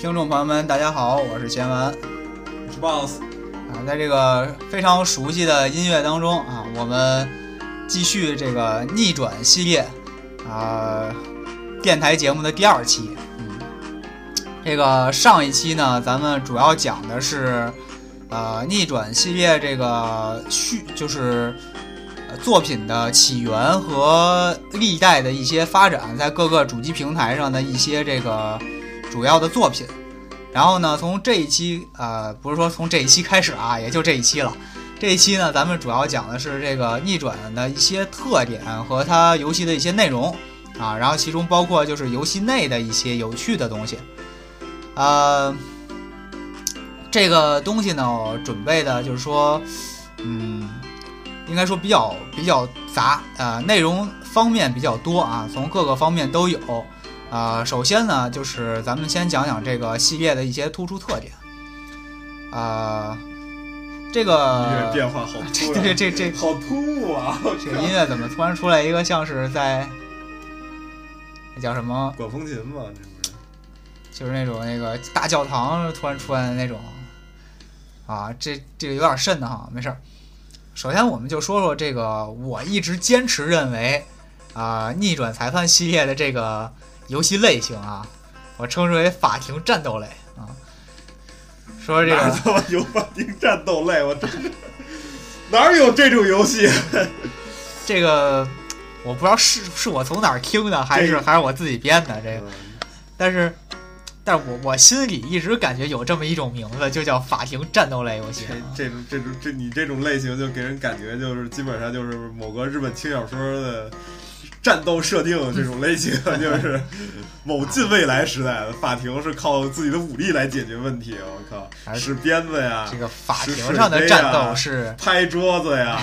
听众朋友们，大家好，我是贤文， 我是 Boss 在这个非常熟悉的音乐当中啊，我们继续这个逆转系列电台节目的第2期。这个上一期呢，咱们主要讲的是逆转系列这个就是作品的起源和历代的一些发展，在各个主机平台上的一些这个主要的作品。然后呢，从这一期不是说从这一期开始啊，也就这一期了。这一期呢，咱们主要讲的是这个逆转的一些特点和它游戏的一些内容啊，然后其中包括就是游戏内的一些有趣的东西。这个东西呢，我准备的就是说，应该说比较杂，内容方面比较多啊，从各个方面都有。首先呢，就是咱们先讲讲这个系列的一些突出特点。这个音乐变化好突然， 这好突兀啊！ 这个音乐怎么突然出来一个像是在那叫什么管风琴嘛？这不是？ 就是那个大教堂突然出来的那种啊，这个有点瘆得慌，没事儿。首先我们就说说这个我一直坚持认为逆转裁判系列的这个游戏类型啊，我称之为法庭战斗类啊。说这个哪他妈有法庭战斗类？我真是哪有这种游戏？ 这个我不知道是我从哪儿听的，还是我自己编的这个，但是我心里一直感觉有这么一种名字，就叫法庭战斗类游戏。 你这种类型就给人感觉就是基本上就是某个日本轻小说的战斗设定这种类型，就是某近未来时代的法庭是靠自己的武力来解决问题。我靠，使鞭子呀， 这个法庭上的战斗是拍桌子呀。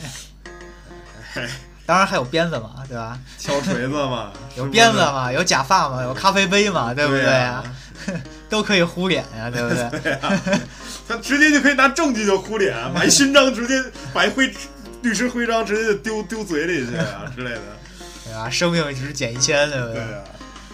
当然还有鞭子嘛，对吧？ 敲锤子嘛， 有鞭子嘛，有假发嘛，有咖啡杯嘛，对不对啊？都可以糊脸呀，对不对？ 对啊，他直接就可以拿证据就糊脸，把一勋章直接把一律师徽章直接就丢嘴里去啊之类的， 对吧？生命值减1000，对不对？ 对啊，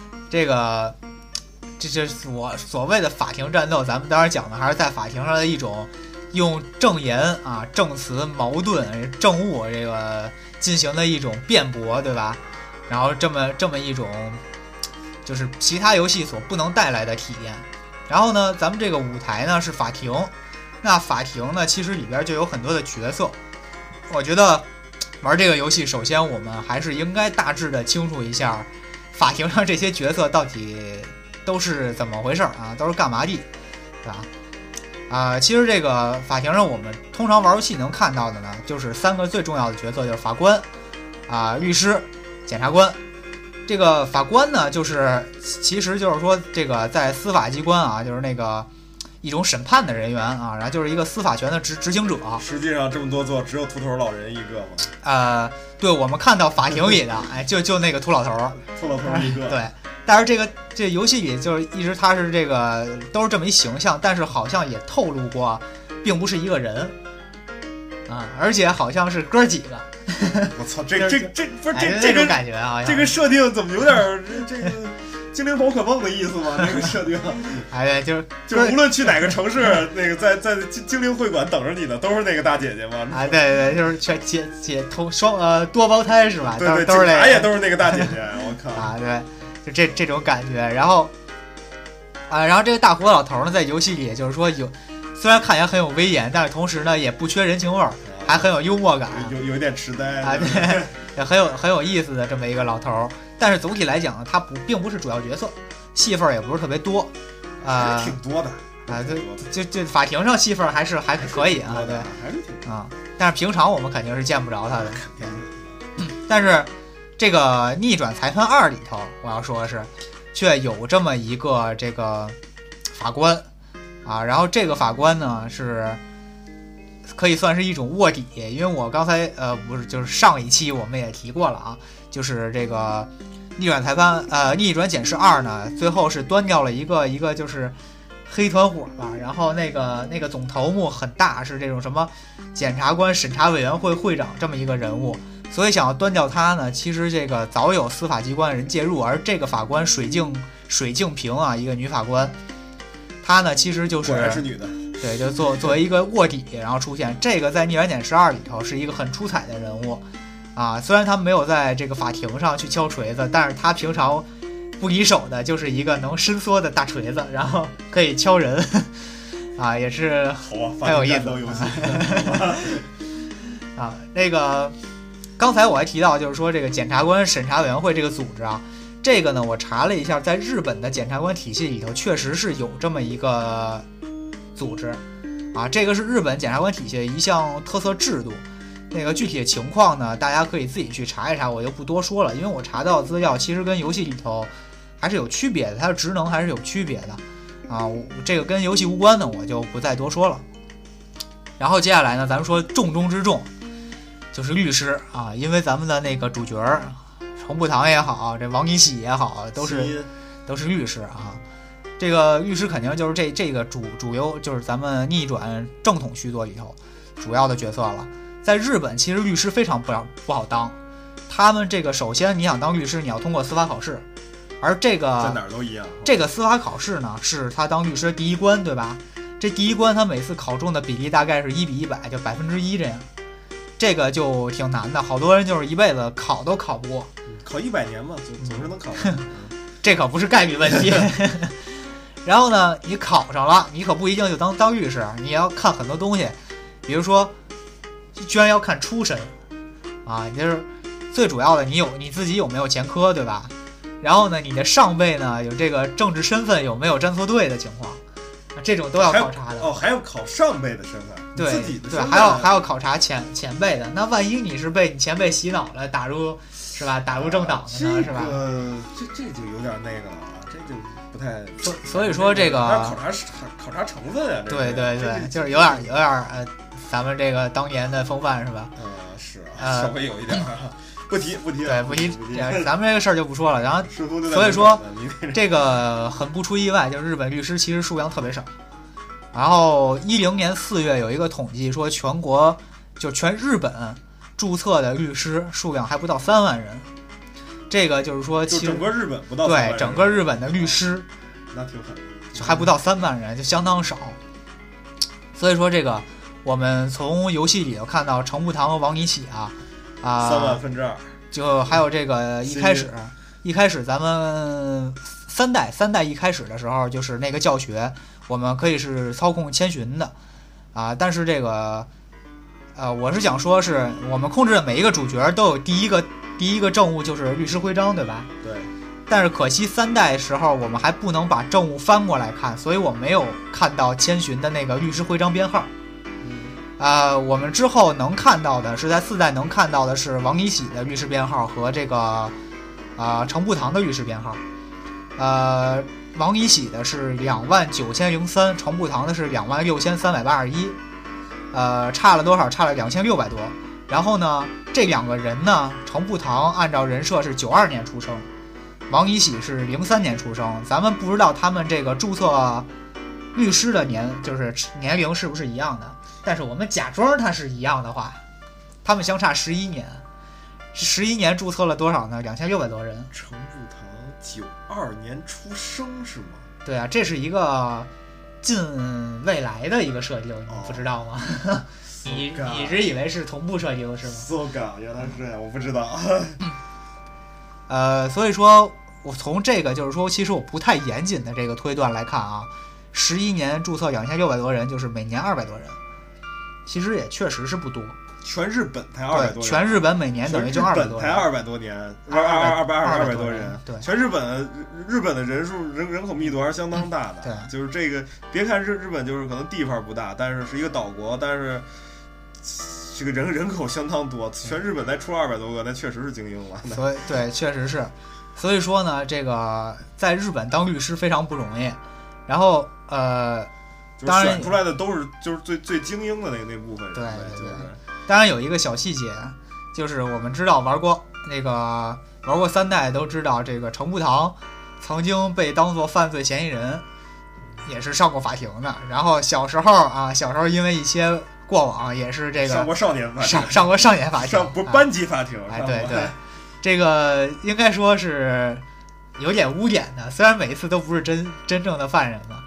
这就是我所谓的法庭战斗。咱们当然讲的还是在法庭上的一种用证言啊、证词、矛盾、证物这个进行的一种辩驳，对吧？然后这么一种就是其他游戏所不能带来的体验。然后呢，咱们这个舞台呢是法庭，那法庭呢其实里边就有很多的角色。我觉得玩这个游戏，首先我们还是应该大致的清楚一下法庭上这些角色到底都是怎么回事啊，都是干嘛的，对吧？其实这个法庭上我们通常玩游戏能看到的呢，就是3个最重要的角色，就是法官、律师、检察官。这个法官呢，其实就是说这个在司法机关啊，就是那个一种审判的人员啊，然后就是一个司法权的执行者。 实际上这么多座只有秃头老人一个嘛。 对，我们看到法庭里的，就那个秃老头一个。 对，但是这游戏里就是一直他是这个都是这么一形象，但是好像也透露过，并不是一个人啊，而且好像是哥几个。 我操，这不是这种感觉啊， 这个设定怎么有点这个精灵宝可梦的意思吗？这个设定， 就是无论去哪个城市，那个在精灵会馆等着你的都是那个大姐姐吗？ 对，就是解多胞胎是吧？ 对， 都是那个， 也都是那个大姐姐，我靠对，就这种感觉。然后这个大胡子老头呢，在游戏里就是说虽然看起来很有威严，但是同时呢也不缺人情味儿。还很有幽默感， 有点痴呆对，也很有意思的这么一个老头。但是总体来讲呢，他并不是主要角色，戏份也不是特别多， 挺多的就法庭上戏份还可以啊，对， 还是挺但是平常我们肯定是见不着他的。但是这个逆转裁判2里头，我要说的是，却有这么一个这个法官啊，然后这个法官呢是。可以算是一种卧底，因为我刚才不是，就是上一期我们也提过了啊，就是这个逆转裁判逆转检视2呢，最后是端掉了一个就是黑团伙吧，然后那个总头目很大，是这种什么检察官审查委员会会长这么一个人物，所以想要端掉他呢，其实这个早有司法机关的人介入，而这个法官水镜平啊，一个女法官她呢其实就是果然是女的， 对，就作为一个卧底，然后出现。这个在《逆转检视2》里头是一个很出彩的人物啊，虽然他没有在这个法庭上去敲锤子，但是他平常不离手的就是一个能伸缩的大锤子，然后可以敲人啊，也是很有意思啊。那个刚才我还提到，就是说这个检察官审查委员会这个组织啊，这个呢我查了一下，在日本的检察官体系里头确实是有这么一个组织啊，这个是日本检察官体系的一项特色制度。那个具体的情况呢，大家可以自己去查一查，我就不多说了，因为我查到的资料其实跟游戏里头还是有区别的，它的职能还是有区别的啊。这个跟游戏无关的，我就不再多说了。然后接下来呢，咱们说重中之重，就是律师啊，因为咱们的那个主角程步堂也好，这王一喜也好，都是律师啊。这个律师肯定就是这个主优，就是咱们逆转正统续作里头主要的角色了。在日本，其实律师非常不好当。他们这个首先你想当律师，你要通过司法考试，而这个在哪儿都一样。 这个司法考试呢，是他当律师的第一关，对吧？这第一关他每次考中的比例大概是1:100，就1%这样。这个就挺难的，好多人就是一辈子考都考不过。 考100年嘛，总是能考过。 这可不是概率问题。然后呢，你考上了，你可不一定就当律师，你要看很多东西，比如说。居然要看出身啊，就是最主要的，你自己有没有前科，对吧？然后呢，你的上辈呢有这个政治身份有没有站错队的情况，这种都要考察的。 哦，还要考上辈的身份， 对自己的身份对，还要考察前辈的。那万一你是被你前辈洗脑了，打入是吧？打入政党的呢，是吧？ 这就有点那个了，这就不太。 所以说这个考察成分啊， 对，就是有点咱们这个当年的风范是吧？ 是啊，稍微有一点。不提， 对，不提，咱们这个事儿就不说了。然后，所以说这个很不出意外，就是日本律师其实数量特别少。然后10年4月有一个统计说，全日本注册的律师数量还不到3万人。这个就是说，其实整个日本不到3万人， 对，整个日本的律师那挺狠的， 就还不到3万人，就相当少。所以说这个。我们从游戏里头看到程步堂和王一喜 2/3， 就还有这个一开始咱们三代一开始的时候，就是那个教学，我们可以是操控千寻的啊，但是这个我是想说是我们控制的每一个主角都有第一个政务就是律师徽章，对吧？ 对。 但是可惜3代时候我们还不能把政务翻过来看，所以我没有看到千寻的那个律师徽章编号。我们之后能看到的是在4代能看到的是王一喜的律师编号和这个程步堂的律师编号。王一喜的是29003，程步堂的是26381，差了多少？差了2600多。然后呢，这两个人呢，程步堂按照人设是92年出生，王一喜是03年出生。咱们不知道他们这个注册律师的就是年龄是不是一样的。但是我们假装它是一样的话，他们相差11年，11年注册了多少呢？2600多人。 程步堂92年出生是吗？ 对啊，这是一个近未来的一个设定，你不知道吗？你一直以为是同步设定是吗 ？So god， 原来是这样，我不知道。 所以说我从这个就是说，其实我不太严谨的这个推断来看啊，11年注册2600多人，就是每年200多人。其实也确实是不多， 全日本才200多人， 全日本每年等于就200多人， 才200多年，200多人， 对， 全日本的人口密度还是相当大的， 对， 就是这个，别看日本就是可能地方不大，但是一个岛国，但是这个人口相当多，全日本才出200多个，那确实是精英了。 所以对，确实是，所以说呢，这个在日本当律师非常不容易，然后就是选出来的都是就是最精英的那部分人， 对， 就是。 当然有一个小细节，就是我们知道玩过3代都知道，这个程步堂曾经被当作犯罪嫌疑人，也是上过法庭的。然后小时候因为一些过往，也是这个上过少年法庭， 上过少年法庭， 不是班级法庭。 哎，对，这个应该说是有点污点的，虽然每一次都不是真正的犯人嘛。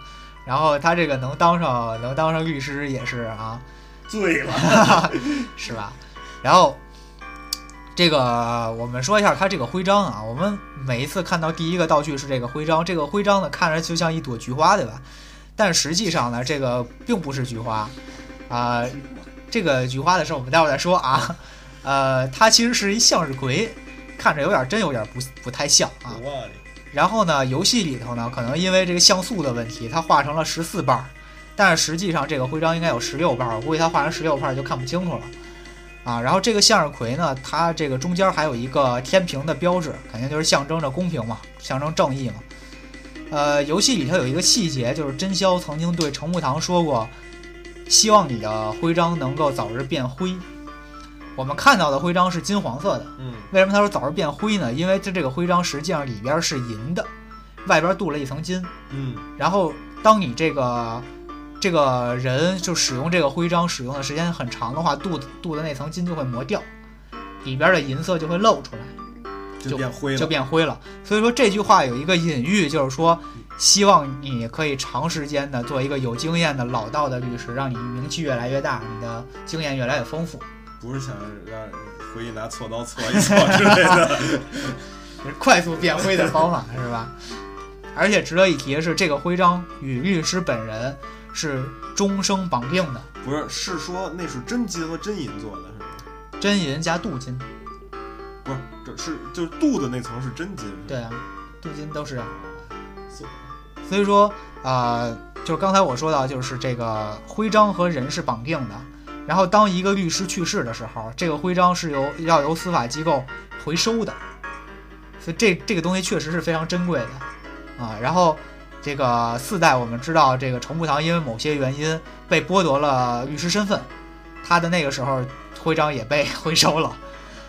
然后他这个能当上律师也是啊， 醉了， 是吧？然后这个我们说一下他这个徽章啊，我们每一次看到第一个道具是这个徽章，这个徽章呢看着就像一朵菊花，对吧？但实际上呢，这个并不是菊花啊、这个菊花的事我们待会儿再说啊。它其实是一向日葵，看着有点不太像啊。然后呢，游戏里头呢，可能因为这个像素的问题，它画成了14瓣，但是实际上这个徽章应该有16瓣，我估计它画成16瓣就看不清楚了啊。然后这个向日葵呢，它这个中间还有一个天平的标志，肯定就是象征着公平嘛，象征正义嘛。游戏里头有一个细节，就是真宵曾经对程步堂说过，希望你的徽章能够早日变灰。我们看到的徽章是金黄色的，为什么他说早日变灰呢？因为这个徽章实际上里边是银的，外边镀了一层金，然后当你这个人就使用这个徽章使用的时间很长的话，镀的那层金就会磨掉，里边的银色就会露出来，就变灰了。所以说这句话有一个隐喻，就是说希望你可以长时间的做一个有经验的老道的律师，让你名气越来越大，你的经验越来越丰富。 不是想让回去拿锉刀锉一锉之类的快速变灰的方法是吧？而且值得一提的是，这个徽章与律师本人是终生绑定的。 不是，是说那是真金和真银做的是吗？ 真银加镀金。 不是，这是就是镀的那层是真金。 对啊，镀金都是。所以说就是刚才我说到，就是这个徽章和人是绑定的。然后当一个律师去世的时候，这个徽章是要由司法机构回收的，所以这个东西确实是非常珍贵的啊。然后这个4代我们知道，这个程步堂因为某些原因被剥夺了律师身份，他的那个时候徽章也被回收了。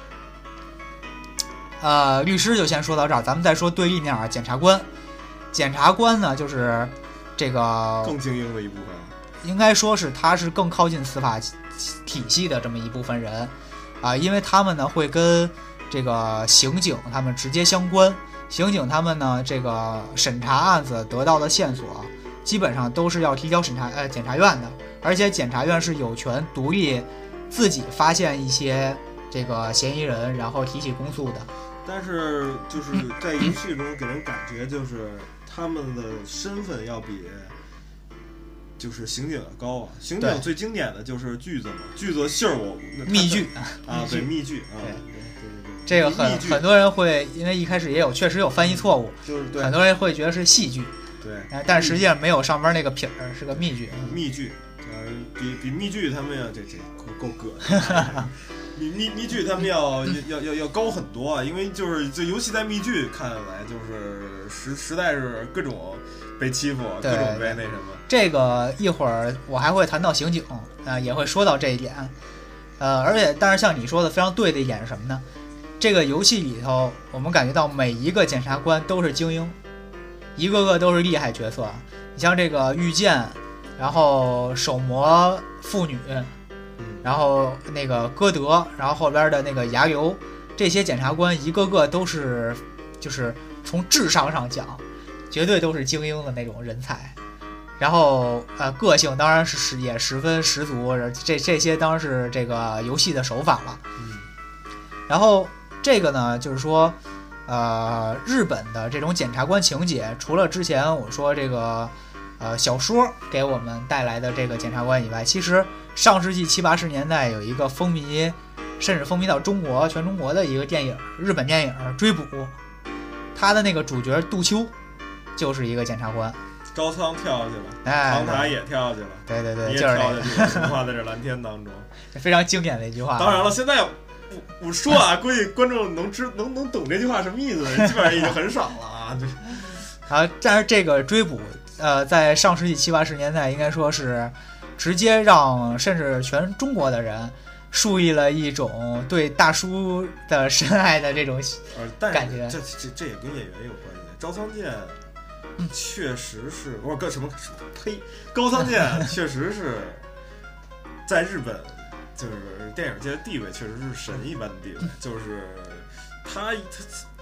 律师就先说到这儿，咱们再说对立面啊，检察官。检察官呢，就是这个更精英的一部分， 应该说是他是更靠近司法体系的这么一部分人啊，因为他们呢会跟这个刑警他们直接相关，刑警他们呢这个审查案子得到的线索基本上都是要提交检察院的，而且检察院是有权独立自己发现一些这个嫌疑人，然后提起公诉的。 但是就是在游戏中给人感觉就是他们的身份要比就是刑警高啊，刑警最经典的就是锯子嘛，锯子信儿密锯啊，对密锯啊，对， 这个很多人会因为一开始确实有翻译错误， 就是很多人会觉得是细锯， 对， 但实际上没有上边那个撇儿，是个密锯。 密锯，比密锯他们这够葛的。密锯他们要高很多啊，因为就是这游戏在密锯看来就是实在是各种被欺负，各种被那什么。 这个一会儿我还会谈到刑警也会说到这一点。但是像你说的非常对的一点是什么呢？这个游戏里头，我们感觉到每一个检察官都是精英，一个个都是厉害角色。你像这个御剑，然后手魔妇女，然后那个歌德，然后后边的那个牙流，这些检察官一个个都是，就是从智商上讲，绝对都是精英的那种人才。然后个性当然是也十分十足，这些当然是这个游戏的手法了。然后这个呢，就是说，日本的这种检察官情节，除了之前我说这个小说给我们带来的这个检察官以外，其实上世纪70、80年代有一个风靡，甚至风靡到全中国的一个电影，日本电影《追捕》，他的那个主角杜秋就是一个检察官。 高仓跳下去了，长塔也跳下去了， 对， 你也跳下去了，神话在这蓝天当中， 非常经典的一句话。 当然了，现在我说啊，估计观众能懂这句话什么意思，基本上已经很少了啊。 但是这个追捕，在上世纪70、80年代，应该说是直接让甚至全中国的人树立了一种对大叔的深爱的这种感觉。 这也跟演员有关系。高仓健确实是，我说什么呸，高仓健确实是在日本就是电影界的地位确实是神一般的地位，就是他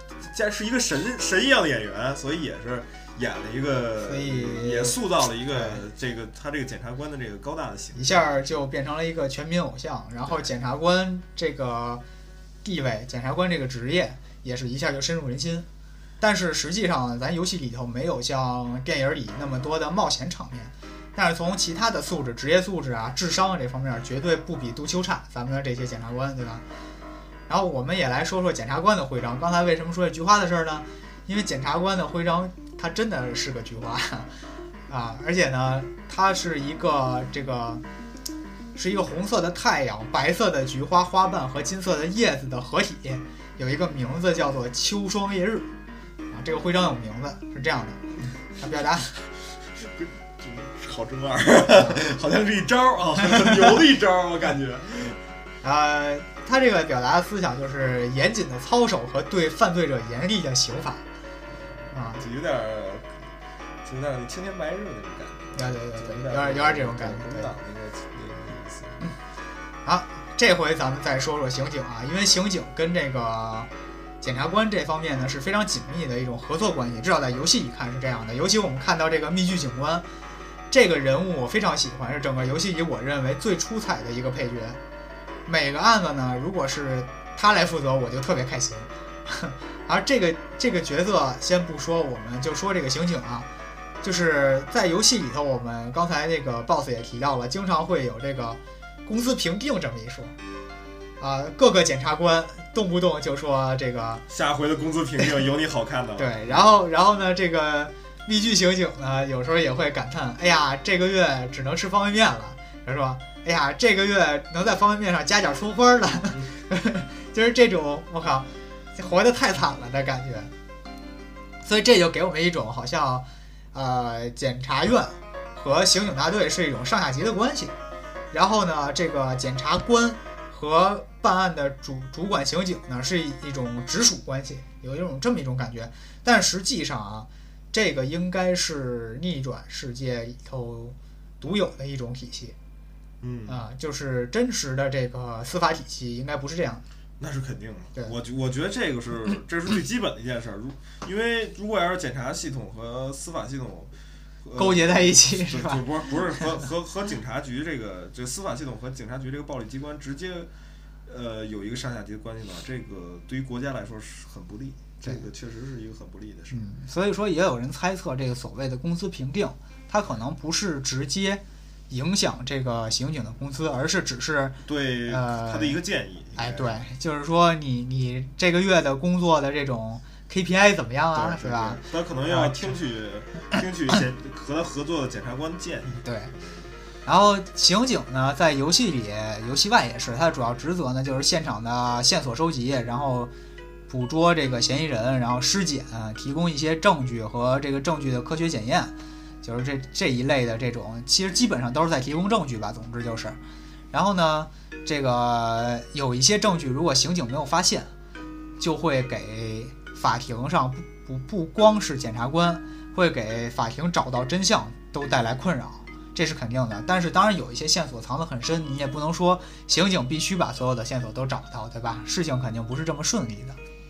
是一个神一样的演员，所以也是演了一个， 所以也塑造了一个他这个检察官的这个高大的形象， 一下就变成了一个全民偶像。然后检察官这个地位，检察官这个职业也是一下就深入人心。但是实际上，咱游戏里头没有像电影里那么多的冒险场面，但是从其他的素质、职业素质啊、智商啊这方面，绝对不比杜秋差咱们的这些检察官，对吧？然后我们也来说说检察官的徽章。刚才为什么说这菊花的事儿呢？因为检察官的徽章它真的是个菊花啊，而且呢，它是一个红色的太阳、白色的菊花花瓣和金色的叶子的合体，有一个名字叫做秋霜夜日啊。这个徽章有名字，是这样的，它表达好中二，好像是一招啊，很牛的一招，我感觉。 它这个表达的思想就是严谨的操守和对犯罪者严厉的刑罚啊， 就有点青天白日那种感觉。 对，有点这种感觉。 国民党那个意思。 好，这回咱们再说说刑警啊，因为刑警跟这个检察官这方面呢是非常紧密的一种合作关系，至少在游戏里看是这样的。尤其我们看到这个密剧警官这个人物，我非常喜欢，是整个游戏里我认为最出彩的一个配角。每个案子呢，如果是他来负责，我就特别开心。而这个角色先不说，我们就说这个刑警啊，就是在游戏里头，我们刚才那个 boss 也提到了，经常会有这个公私评定这么一说啊，各个检察官动不动就说这个下回的公私评定有你好看的了。 对，然后呢，这个密剧刑警呢，有时候也会感叹，哎呀，这个月只能吃方便面了，他说，哎呀，这个月能在方便面上加点葱花了，就是这种我靠，活得太惨了的感觉。所以这就给我们一种好像，检察院和刑警大队是一种上下级的关系，然后呢，这个检察官和办案的主管刑警呢是一种直属关系，有这么一种感觉。但实际上啊，这个应该是逆转世界里头独有的一种体系。就是真实的这个司法体系应该不是这样的。 那是肯定的。 对， 我觉得这是最基本的一件事儿。因为如果要是检察系统和司法系统勾结在一起，是吧？ 不是和警察局这个司法系统和警察局这个暴力机关直接有一个上下级的关系吧，这个对于国家来说是很不利。这个确实是一个很不利的事。 所以说也有人猜测，这个所谓的公私评定，它可能不是直接影响这个刑警的工资，而是只是对他的一个建议。 对，就是说你这个月的工作的这种 KPI 怎么样啊，是吧？ 他可能要听取和他合作的检察官建议。 对。然后刑警呢，在游戏里、游戏外也是，他的主要职责呢就是现场的线索收集，然后捕捉这个嫌疑人，然后尸检，提供一些证据和这个证据的科学检验。就是这一类的这种，其实基本上都是在提供证据吧。总之就是，然后呢，这个有一些证据，如果刑警没有发现，就会给法庭上不光是检察官，会给法庭找到真相都带来困扰，这是肯定的。但是当然有一些线索藏得很深，你也不能说刑警必须把所有的线索都找到，对吧？事情肯定不是这么顺利的。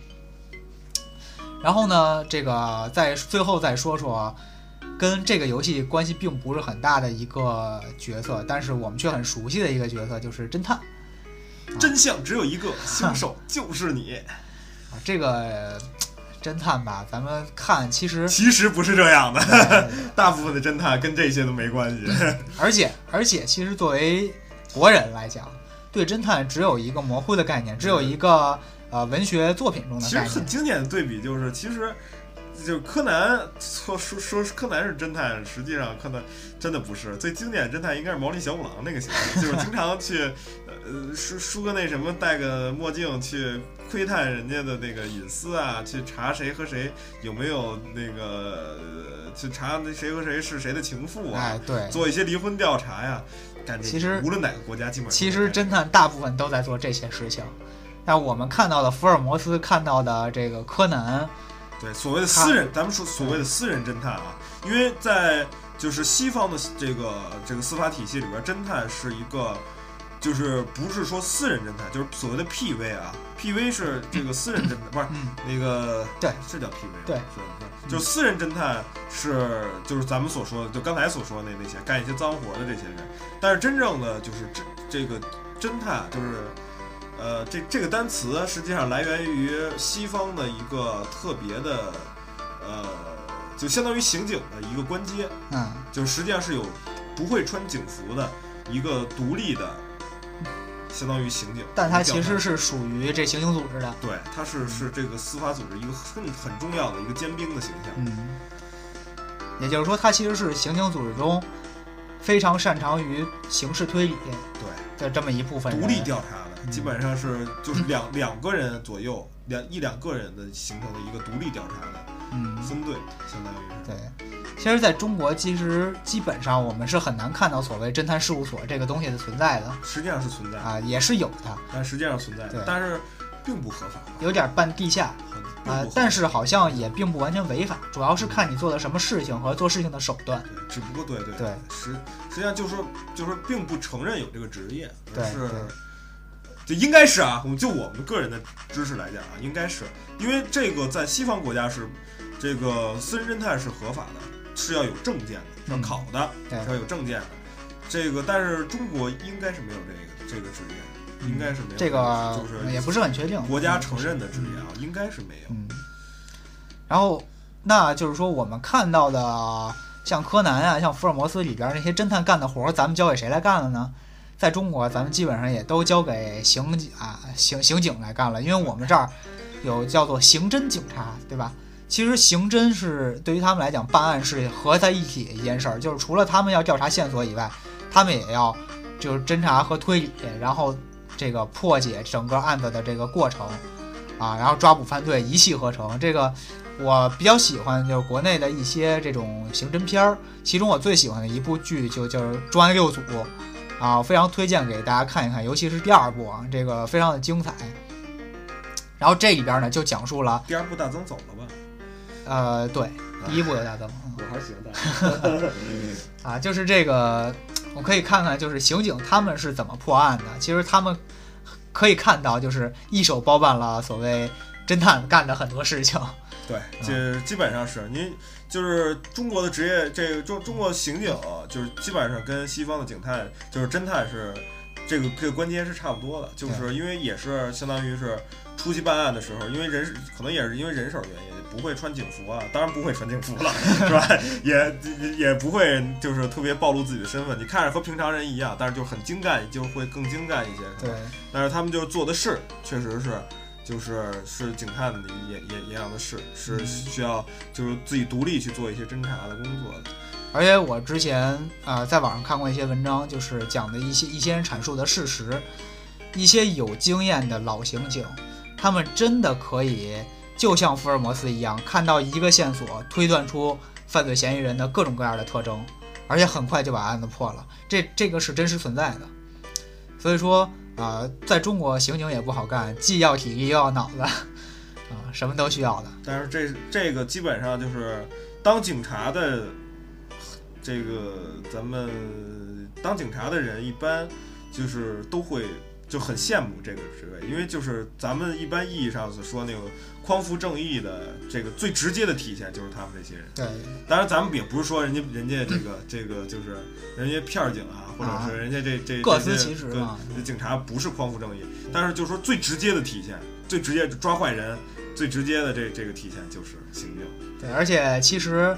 然后呢，这个最后再说说。跟这个游戏关系并不是很大的一个角色，但是我们却很熟悉的一个角色就是侦探。 真相只有一个，凶手就是你。 这个侦探吧，咱们看其实不是这样的，大部分的侦探跟这些都没关系。 而且，其实作为国人来讲，对侦探只有一个模糊的概念，只有一个文学作品中的概念。 其实很经典的对比就是，其实。就柯南说柯南是侦探，实际上柯南真的不是。最经典的侦探应该是毛利小五郎那个形象，就是经常去梳个那什么，戴个墨镜去窥探人家的那个隐私啊，去查谁和谁有没有那个去查谁和谁是谁的情妇啊， 对， 做一些离婚调查呀。 其实无论哪个国家基本上其实侦探大部分都在做这些事情。但我们看到的福尔摩斯，看到的这个柯南。 对，所谓的私人，咱们说所谓的私人侦探啊，因为在就是西方的这个司法体系里边，侦探是一个就是不是说私人侦探，就是所谓的 PV 啊 ，PV 是这个私人侦探，不是那个对， 是叫 PV， 对， 就私人侦探就是咱们所说的，就刚才所说的那些干一些脏活的这些人，但是真正的就是这个侦探就是这个单词实际上来源于西方的一个特别的就相当于刑警的一个官阶，就实际上是有不会穿警服的一个独立的。相当于刑警， 但它其实是属于这刑警组织的。 对，它是这个司法组织一个很重要的一个尖兵的形象。 也就是说，它其实是刑警组织中非常擅长于刑事推理的这么一部分人， 独立调查的，基本上是就是两个人左右，一两个人的形成的一个独立调查的分队，相当于是。 对。其实在中国其实基本上我们是很难看到所谓侦探事务所这个东西的存在的， 实际上是存在啊，也是有的， 但实际上存在，但是并不合法， 有点半地下但是好像也并不完全违法，主要是看你做的什么事情和做事情的手段。 只不过对，实际上就是说并不承认有这个职业，是就应该是啊，我们个人的知识来讲啊，应该是因为这个在西方国家是这个私人侦探是合法的。是要有证件的，要考的，是要有证件的。这个，但是中国应该是没有这个职业，应该是没有。 这个就是也不是很确定， 国家承认的职业啊，应该是没有。 然后，那就是说，我们看到的像柯南啊，像福尔摩斯里边那些侦探干的活，咱们交给谁来干了呢？在中国，咱们基本上也都交给刑警来干了，因为我们这儿有叫做刑侦警察，对吧？其实刑侦是对于他们来讲，办案是合在一起的一件事儿，就是除了他们要调查线索以外，他们也要就是侦查和推理，然后这个破解整个案子的这个过程啊，然后抓捕犯罪一气呵成。这个我比较喜欢就是国内的一些这种刑侦片儿，其中我最喜欢的一部剧就是《重案六组》啊，我非常推荐给大家看一看，尤其是第二部啊，这个非常的精彩。然后这里边呢就讲述了第二部大增走了吧？ 对，第一部有大增， 我还是喜欢大增啊，就是这个，我可以看看，就是刑警他们是怎么破案的。其实他们可以看到，就是一手包办了所谓侦探干的很多事情。 对，这基本上是您就是中国的职业，这个中国刑警就是基本上跟西方的警探就是侦探是这个关键是差不多的，就是因为也是相当于是初期办案的时候，因为可能也是因为人手原因。不会穿警服啊，当然不会穿警服了，是吧？也不会就是特别暴露自己的身份，你看着和平常人一样，但是就很精干，就会更精干一些。 对， 但是他们就是做的事，确实是是警探的一样的事，是需要就是自己独立去做一些侦查的工作的。 而且我之前在网上看过一些文章，就是讲的一些人阐述的事实，一些有经验的老刑警，他们真的可以。就像福尔摩斯一样，看到一个线索，推断出犯罪嫌疑人的各种各样的特征，而且很快就把案子破了。这个是真实存在的。所以说在中国刑警也不好干，既要体力又要脑子什么都需要的。 但是这个基本上就是当警察的这个咱们当警察的人一般就是都会就很羡慕这个职位，因为就是咱们一般意义上所说那个匡扶正义的这个最直接的体现就是他们这些人。 对， 当然咱们也不是说人家这个就是人家片警啊，或者是人家这各司其职嘛。 警察不是匡扶正义，但是就是说最直接的体现，最直接抓坏人，最直接的这个体现就是刑警。 对，而且其实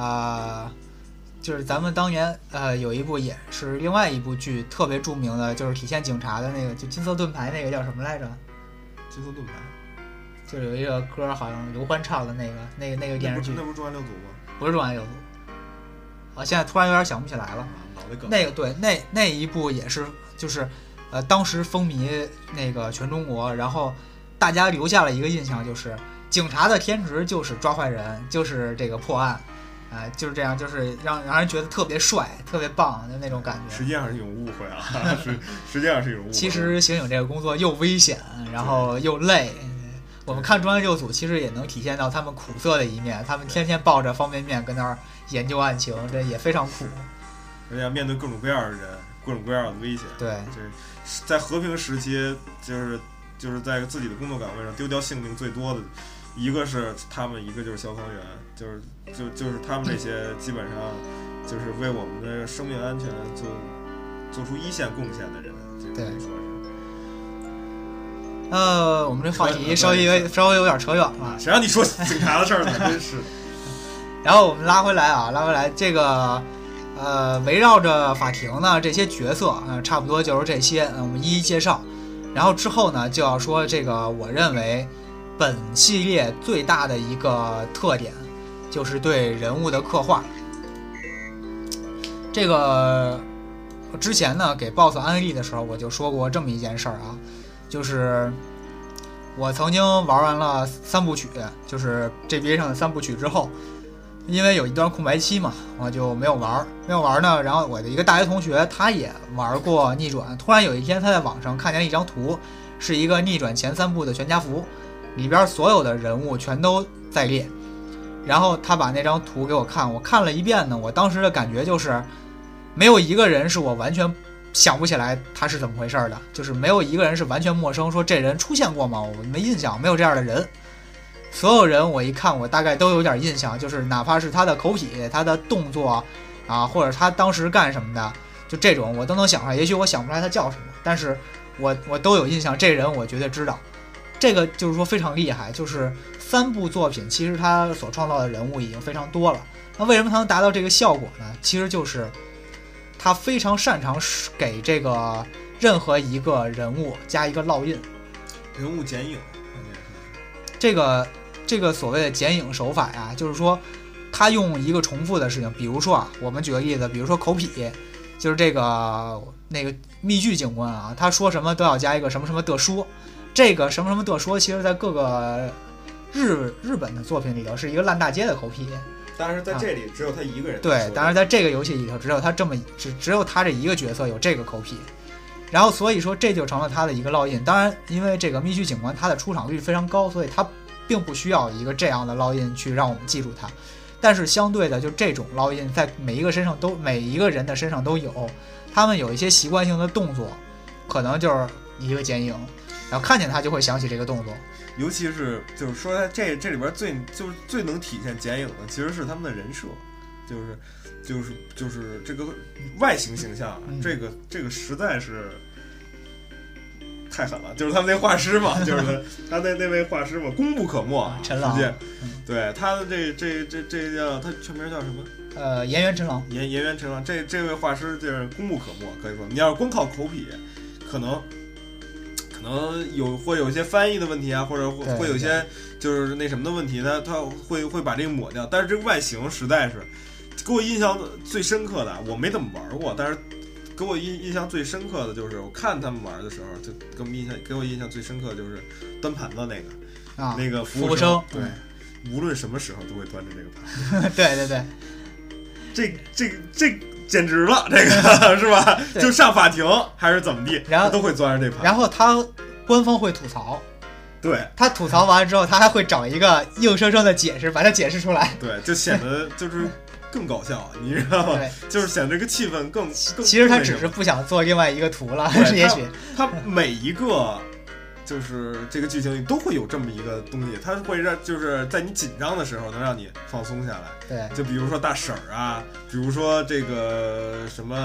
就是咱们当年有一部也是另外一部剧特别著名的，就是体现警察的那个，就金色盾牌那个叫什么来着？ 金色盾牌， 就是有一个歌，好像刘欢唱的那个电视剧。 那不是重案六组吗？ 不是重案六组。现在突然有点想不起来了。那个对，那一部也是，就是当时风靡那个全中国，然后大家留下了一个印象，就是警察的天职就是抓坏人，就是这个破案。就是这样，就是让人觉得特别帅、特别棒的那种感觉。 实际上是一种误会啊，实际上是一种误会。 其实刑警这个工作又危险，然后又累。我们看重案六组，其实也能体现到他们苦涩的一面。他们天天抱着方便面跟那儿研究案情，这也非常苦。 而且面对各种各样的人， 各种各样的危险。 对， 这在和平时期，就是在自己的工作岗位上丢掉性命最多的，一个是他们，一个就是消防员，就是他们这些基本上就是为我们的生命安全做出一线贡献的人。这可以说是。 我们这话题稍微有点扯远了， 谁让你说警察的事儿呢？真是。 然后我们拉回来这个围绕着法庭呢这些角色差不多就是这些，我们一一介绍。然后之后呢就要说这个我认为本系列最大的一个特点就是对人物的刻画。这个之前呢给 BOSS 安利的时候我就说过这么一件事儿啊，就是我曾经玩完了3部曲，就是 GBA 上的3部曲之后，因为有一段空白期嘛，我就没有玩呢。然后我的一个大学同学他也玩过逆转，突然有一天他在网上看见了一张图，是一个逆转前3部的全家福，里边所有的人物全都在列。然后他把那张图给我看，我看了一遍呢，我当时的感觉就是没有一个人是我完全想不起来他是怎么回事的，就是没有一个人是完全陌生，说这人出现过吗？我没印象，没有这样的人。所有人我一看我大概都有点印象，就是哪怕是他的口癖，他的动作啊，或者他当时干什么的，就这种我都能想出来。也许我想不出来他叫什么，但是我都有印象，这人我绝对知道。这个就是说非常厉害，就是3部作品其实他所创造的人物已经非常多了。那为什么他能达到这个效果呢？其实就是他非常擅长给这个任何一个人物加一个烙印， 人物剪影。 这个所谓的剪影手法呀，就是说他用一个重复的事情，比如说我们举个例子，比如说口癖，就是那个密剧警官啊，他说什么都要加一个什么什么的说，这个什么什么的说，其实在各个日本的作品里头是一个烂大街的口癖。 但是在这里只有他一个人。 对，当然在这个游戏里头只有他这一个角色有这个口癖，然后所以说这就成了他的一个烙印。当然因为这个密剧警官他的出场率非常高，所以他并不需要一个这样的烙印去让我们记住他。但是相对的，就这种烙印在每一个人的身上都有，他们有一些习惯性的动作可能就是一个剪影，然后看见他就会想起这个动作。 尤其是就是说在这里边最能体现剪影的其实是他们的人设，就是这个外形象啊，这个实在是太狠了。就是他们那画师嘛，就是他那位画师嘛，功不可没， 陈郎。 对，他的这叫他全名叫什么？ 岩原陈郎。 岩原陈郎，这位画师就是功不可没，可以说你要是光靠口癖，可能会有一些翻译的问题啊，或者会有一些就是那什么的问题，他会把这个抹掉。但是这个外形实在是给我印象最深刻的，我没怎么玩过，但是给我印象最深刻的就是我看他们玩的时候，就给我印象最深刻的就是端盘子那个服务生，对，无论什么时候都会端着这个盘。 对对对， 这简直了，这个是吧？就上法庭还是怎么地， 然后都会钻着这盘。 然后他官方会吐槽， 对， 他吐槽完之后，他还会找一个硬生生的解释，把它解释出来。 对，就显得就是更搞笑，你知道吗？对，就是显得这个气氛更。 其实他只是不想做另外一个图了，也许他每一个。就是这个剧情里都会有这么一个东西，它会让就是在你紧张的时候能让你放松下来。 对， 就比如说大婶儿啊，比如说这个什么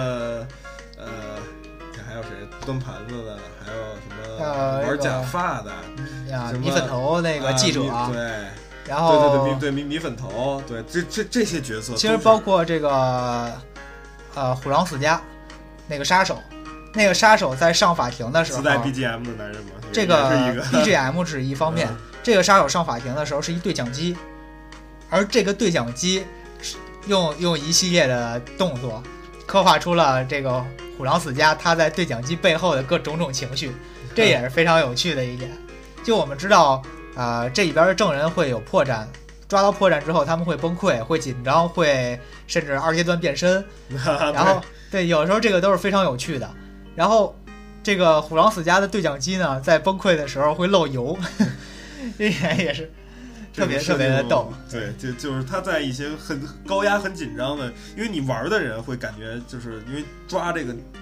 还有谁端盘子的，还有什么玩假发的米粉头那个记者， 对， 然后对米粉头，对这些角色， 其实包括这个虎狼死家那个杀手。那个杀手在上法庭的时候， 自带 BGM 的男人吗？ 这个 BGM 只是一方面。这个杀手上法庭的时候是一对讲机，而这个对讲机用一系列的动作刻画出了这个虎狼死家他在对讲机背后的各种情绪，这也是非常有趣的一点。就我们知道，这里边的证人会有破绽，抓到破绽之后他们会崩溃，会紧张，会甚至2阶段变身，然后对，有时候这个都是非常有趣的。然后这个虎狼死家的对讲机呢，在崩溃的时候会漏油，这点也是特别的逗。 对，就是他在一些很高压、很紧张的，因为你玩的人会感觉就是因为抓这个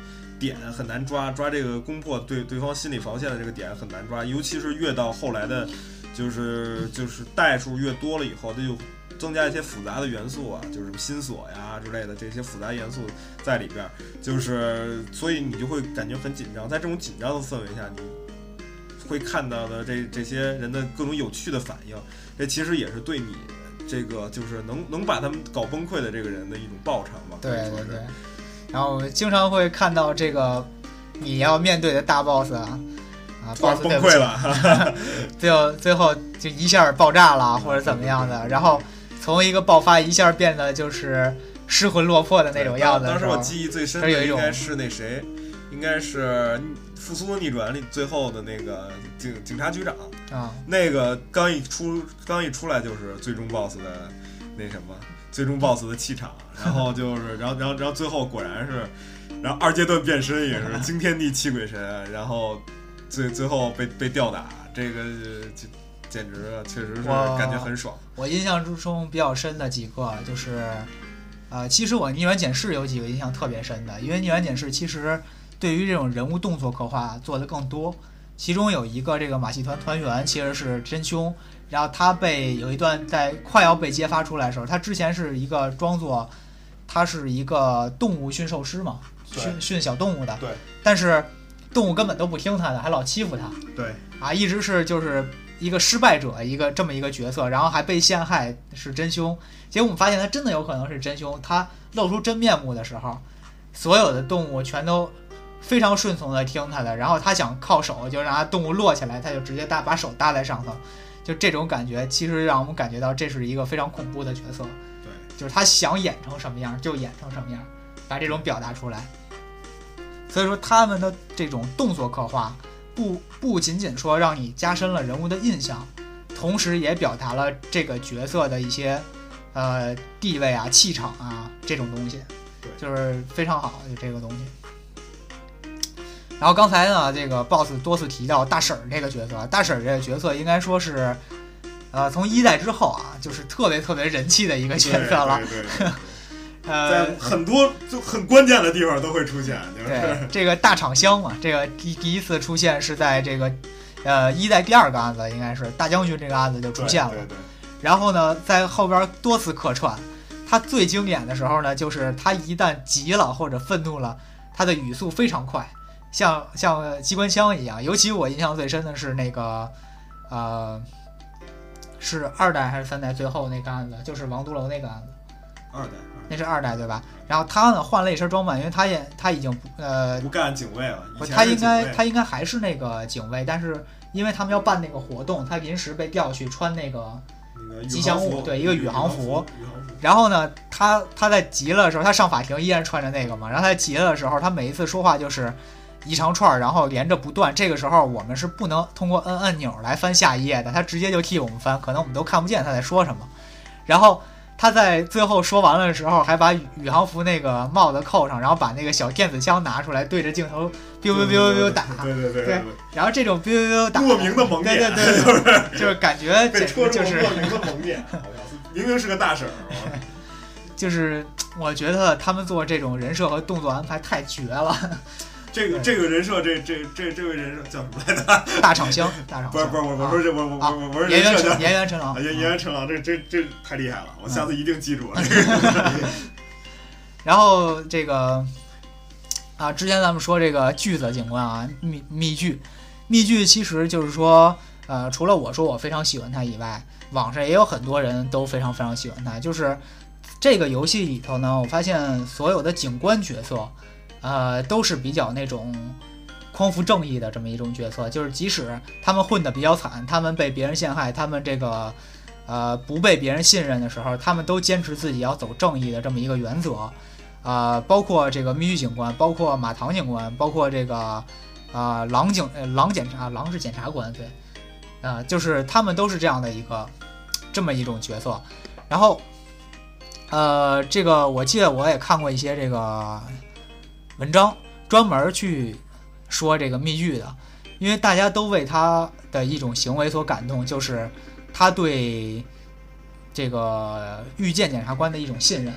点很难抓这个攻破对方心理防线的这个点很难抓，尤其是越到后来的，就是代数越多了以后，它就增加一些复杂的元素啊，就是什么心锁呀之类的这些复杂元素在里边，就是所以你就会感觉很紧张，在这种紧张的氛围下，你会看到的这些人的各种有趣的反应，这其实也是对你这个就是能把他们搞崩溃的这个人的一种报偿吧。 对对对。然后我们经常会看到这个你要面对的大 boss 啊突然崩溃了， 最后就一下爆炸了或者怎么样的，然后从一个爆发一下变得就是失魂落魄的那种样子。 当时我记忆最深的应该是那谁，应该是复苏的逆转里最后的那个警察局长啊， 那个刚一出来就是最终 boss 的那什么，最终 boss 的气场，然后就是然后最后果然是，然后二阶段变身也是惊天地泣鬼神，然后最后被吊打，这个简直确实是感觉很爽。 我印象中比较深的几个就是，其实我逆转检视有几个印象特别深的，因为逆转检视其实对于这种人物动作刻画做的更多。其中有一个这个马戏团团员其实是真凶，然后他有一段在快要被揭发出来的时候，他之前是一个装作他是一个动物驯兽师嘛，驯小动物的， 对， 但是动物根本都不听他的，还老欺负他， 对啊，一直是就是一个失败者，这么一个角色，然后还被陷害是真凶。结果我们发现他真的有可能是真凶，他露出真面目的时候，所有的动物全都非常顺从的听他的，然后他想靠手就让他动物落起来，他就直接把手搭在上头，就这种感觉其实让我们感觉到这是一个非常恐怖的角色。 对， 就是他想演成什么样就演成什么样，把这种表达出来。所以说他们的这种动作刻画不仅仅说让你加深了人物的印象，同时也表达了这个角色的一些地位啊、气场啊这种东西，就是非常好，就这个东西。然后刚才呢，这个 boss 多次提到大婶这个角色，大婶这个角色应该说是，从1代之后啊，就是特别特别人气的一个角色了。 对在很多就很关键的地方都会出现。就是、 对，这个大厂香嘛，这个第一次出现是在这个1代第2个案子，应该是大将军这个案子就出现了。 对。 然后呢，在后边多次客串，他最经典的时候呢，就是他一旦急了或者愤怒了，他的语速非常快。像机关枪一样，尤其我印象最深的是那个，是2代还是3代最后那个案子，就是王都楼那个案子。 2代， 那是2代对吧？然后他呢换了一身装扮，因为他已经不干警卫了， 他应该还是那个警卫，但是因为他们要办那个活动，他临时被调去穿那个吉祥物，对，一个宇航服。然后呢，他在急了的时候，他上法庭依然穿着那个嘛。然后他在急了的时候，他每一次说话就是一长串，然后连着不断。这个时候我们是不能通过摁按钮来翻下一页的，他直接就替我们翻，可能我们都看不见他在说什么。然后他在最后说完了的时候，还把宇航服那个帽子扣上，然后把那个小电子枪拿出来，对着镜头 biu biu biu biu 打。对。然后这种 biu biu biu 打， 莫名的萌点， 对，就是感觉被戳中就是莫名的萌点，明明是个大婶儿。 就是我觉得他们做这种人设和动作安排太绝了。 这个人设，这位人设叫什么来着？ 大厂香，不是， 我说这我说岩原陈郎， 岩原陈郎，这太厉害了，我下次一定记住了。 然后这个之前咱们说这个巨子警官啊，密剧其实就是说，除了我说我非常喜欢他以外，网上也有很多人都非常非常喜欢他。就是这个游戏里头呢，我发现所有的警官角色。都是比较那种匡扶正义的这么一种角色，就是即使他们混得比较惨，他们被别人陷害，他们这个不被别人信任的时候，他们都坚持自己要走正义的这么一个原则。包括这个密剧警官，包括马唐警官，包括这个狼是检察官，对，就是他们都是这样的这么一种角色。然后这个我记得我也看过一些这个文章，专门去说这个密剧的，因为大家都为他的一种行为所感动，就是他对这个御剑检察官的一种信任。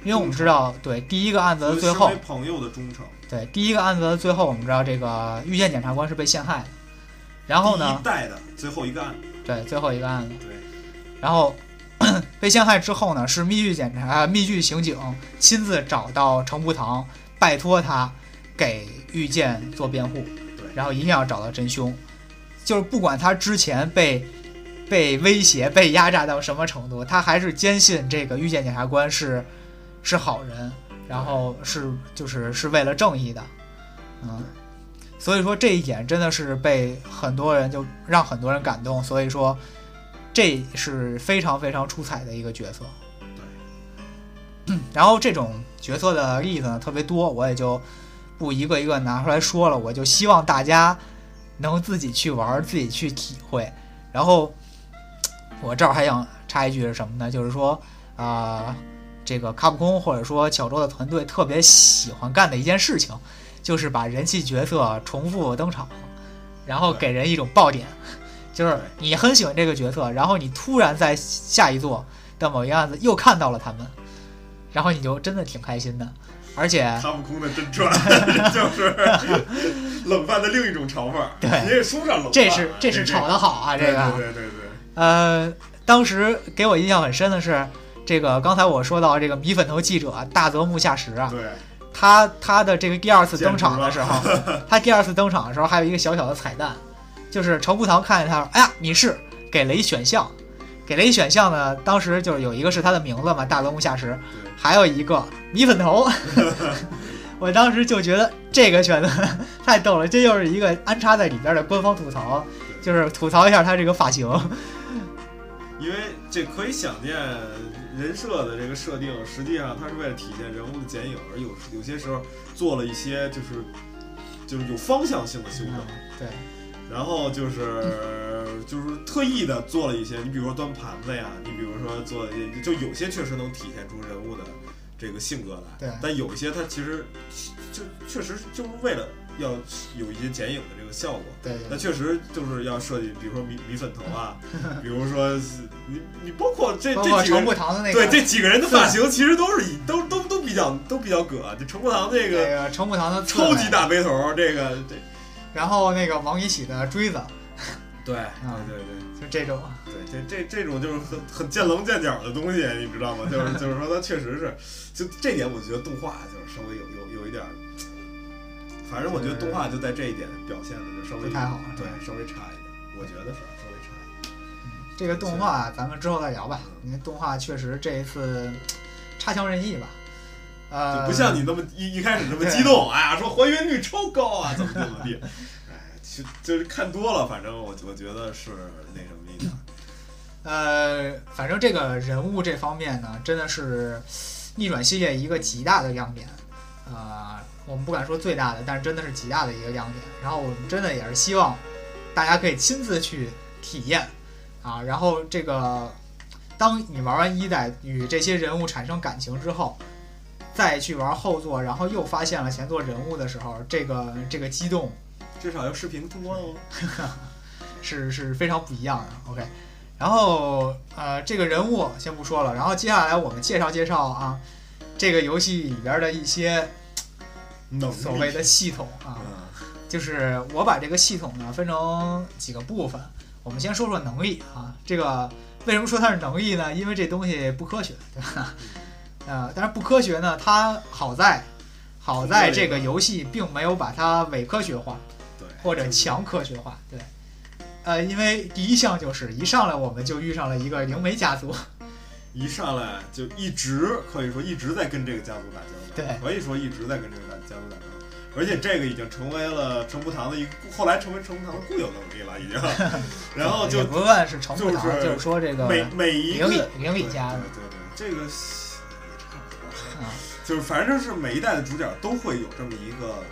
因为我们知道，对第一个案子的最后， 朋友的忠诚。 对第一个案子的最后，我们知道这个遇见检察官是被陷害的，然后呢， 第一代的最后一个案子， 对最后一个案子， 对， 然后被陷害之后呢，是密剧刑警亲自找到程步堂，拜托他给遇见做辩护， 对， 然后一定要找到真凶，就是不管他之前被威胁、被压榨到什么程度，他还是坚信这个遇见检察官是好人，然后是为了正义的，所以说这一点真的是被很多人就让很多人感动，所以说这是非常非常出彩的一个角色。对，然后这种角色的例子呢特别多，我也就不一个一个拿出来说了，我就希望大家能自己去玩，自己去体会。然后我这儿还想插一句是什么呢？就是说这个卡普空或者说小周的团队特别喜欢干的一件事情，就是把人气角色重复登场，然后给人一种爆点，就是你很喜欢这个角色，然后你突然在下一座的某一个案子又看到了他们，然后你就真的挺开心的。而且卡普空的真传就是冷饭的另一种炒法， 对， 你也说不上冷饭， 这是炒得好啊，这个对。 当时给我印象很深的是，这个刚才我说到这个米粉头记者大泽木下实啊， 对， 他的这个第二次登场的时候，他第二次登场的时候还有一个小小的彩蛋，就是程步堂看见他说：“哎呀，你是给了一选项。”给了一选项呢，当时就是有一个是他的名字嘛，大泽木下实，还有一个米粉头。我当时就觉得这个选择太逗了，这又是一个安插在里边的官方吐槽，就是吐槽一下他这个发型。 因为这可以想见，人设的这个设定，实际上它是为了体现人物的剪影，而有些时候做了一些就是有方向性的修正。 对。 然后就是特意的做了一些，你比如说端盘子呀，你比如说做就有些确实能体现出人物的这个性格来， 对。但有一些它其实就确实就是为了要有一些剪影的这个效果， 对。 那确实就是要设计，比如说米粉头啊，比如说你包括这几个程步堂的那个， 对，这几个人的发型其实都是都比较葛，这程步堂这个程步堂的超级大背头，这。 然后那个王一喜的锥子， 对， 就这种， 对，这种就是很见棱见角的东西，你知道吗？就是说它确实是，就这点我觉得动画就是稍微有一点，反正我觉得动画就在这一点表现的就稍微不太好， 对，稍微差一点，我觉得是稍微差一点。 这个动画咱们之后再聊吧，因为动画确实这一次差强人意吧。 就不像你那么一开始这么激动，哎呀，说还原率超高啊，怎么地，哎，就是看多了，反正我觉得是那什么一点。 反正这个人物这方面呢，真的是逆转系列一个极大的亮点。我们不敢说最大的，但是真的是极大的一个亮点。然后我们真的也是希望大家可以亲自去体验啊。然后这个，当你玩完一代与这些人物产生感情之后，再去玩后作，然后又发现了前作人物的时候，这个激动， 至少要视频通关哦， 是非常不一样的。OK， 然后这个人物先不说了，然后接下来我们介绍啊，这个游戏里边的一些所谓的系统啊，就是我把这个系统呢分成几个部分，我们先说说能力啊。这个为什么说它是能力呢？因为这东西不科学，对吧？但是不科学呢，它好在这个游戏并没有把它伪科学化， 对， 或者强科学化，对。因为第一项就是一上来我们就遇上了一个灵媒家族， 一上来就可以说一直在跟这个家族打交道， 对， 可以说一直在跟这个家族打交道。而且这个已经成为了程步堂的后来成为程步堂的固有能力了，已经。然后就不论是程步堂，就是说这个每一个灵理家的， 对，这个也差不多。就是反正是每一代的主角都会有这么一个。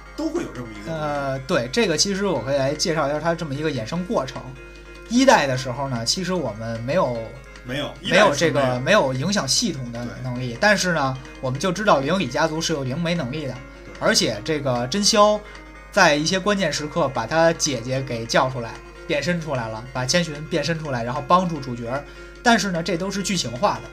对，这个其实我可以来介绍一下它这么一个衍生过程。一代的时候呢，其实我们没有这个没有影响系统的能力，但是呢，我们就知道灵理家族是有灵媒能力的，而且这个真宵在一些关键时刻把他姐姐给叫出来，变身出来了，把千寻变身出来，然后帮助主角。但是呢，这都是剧情化的，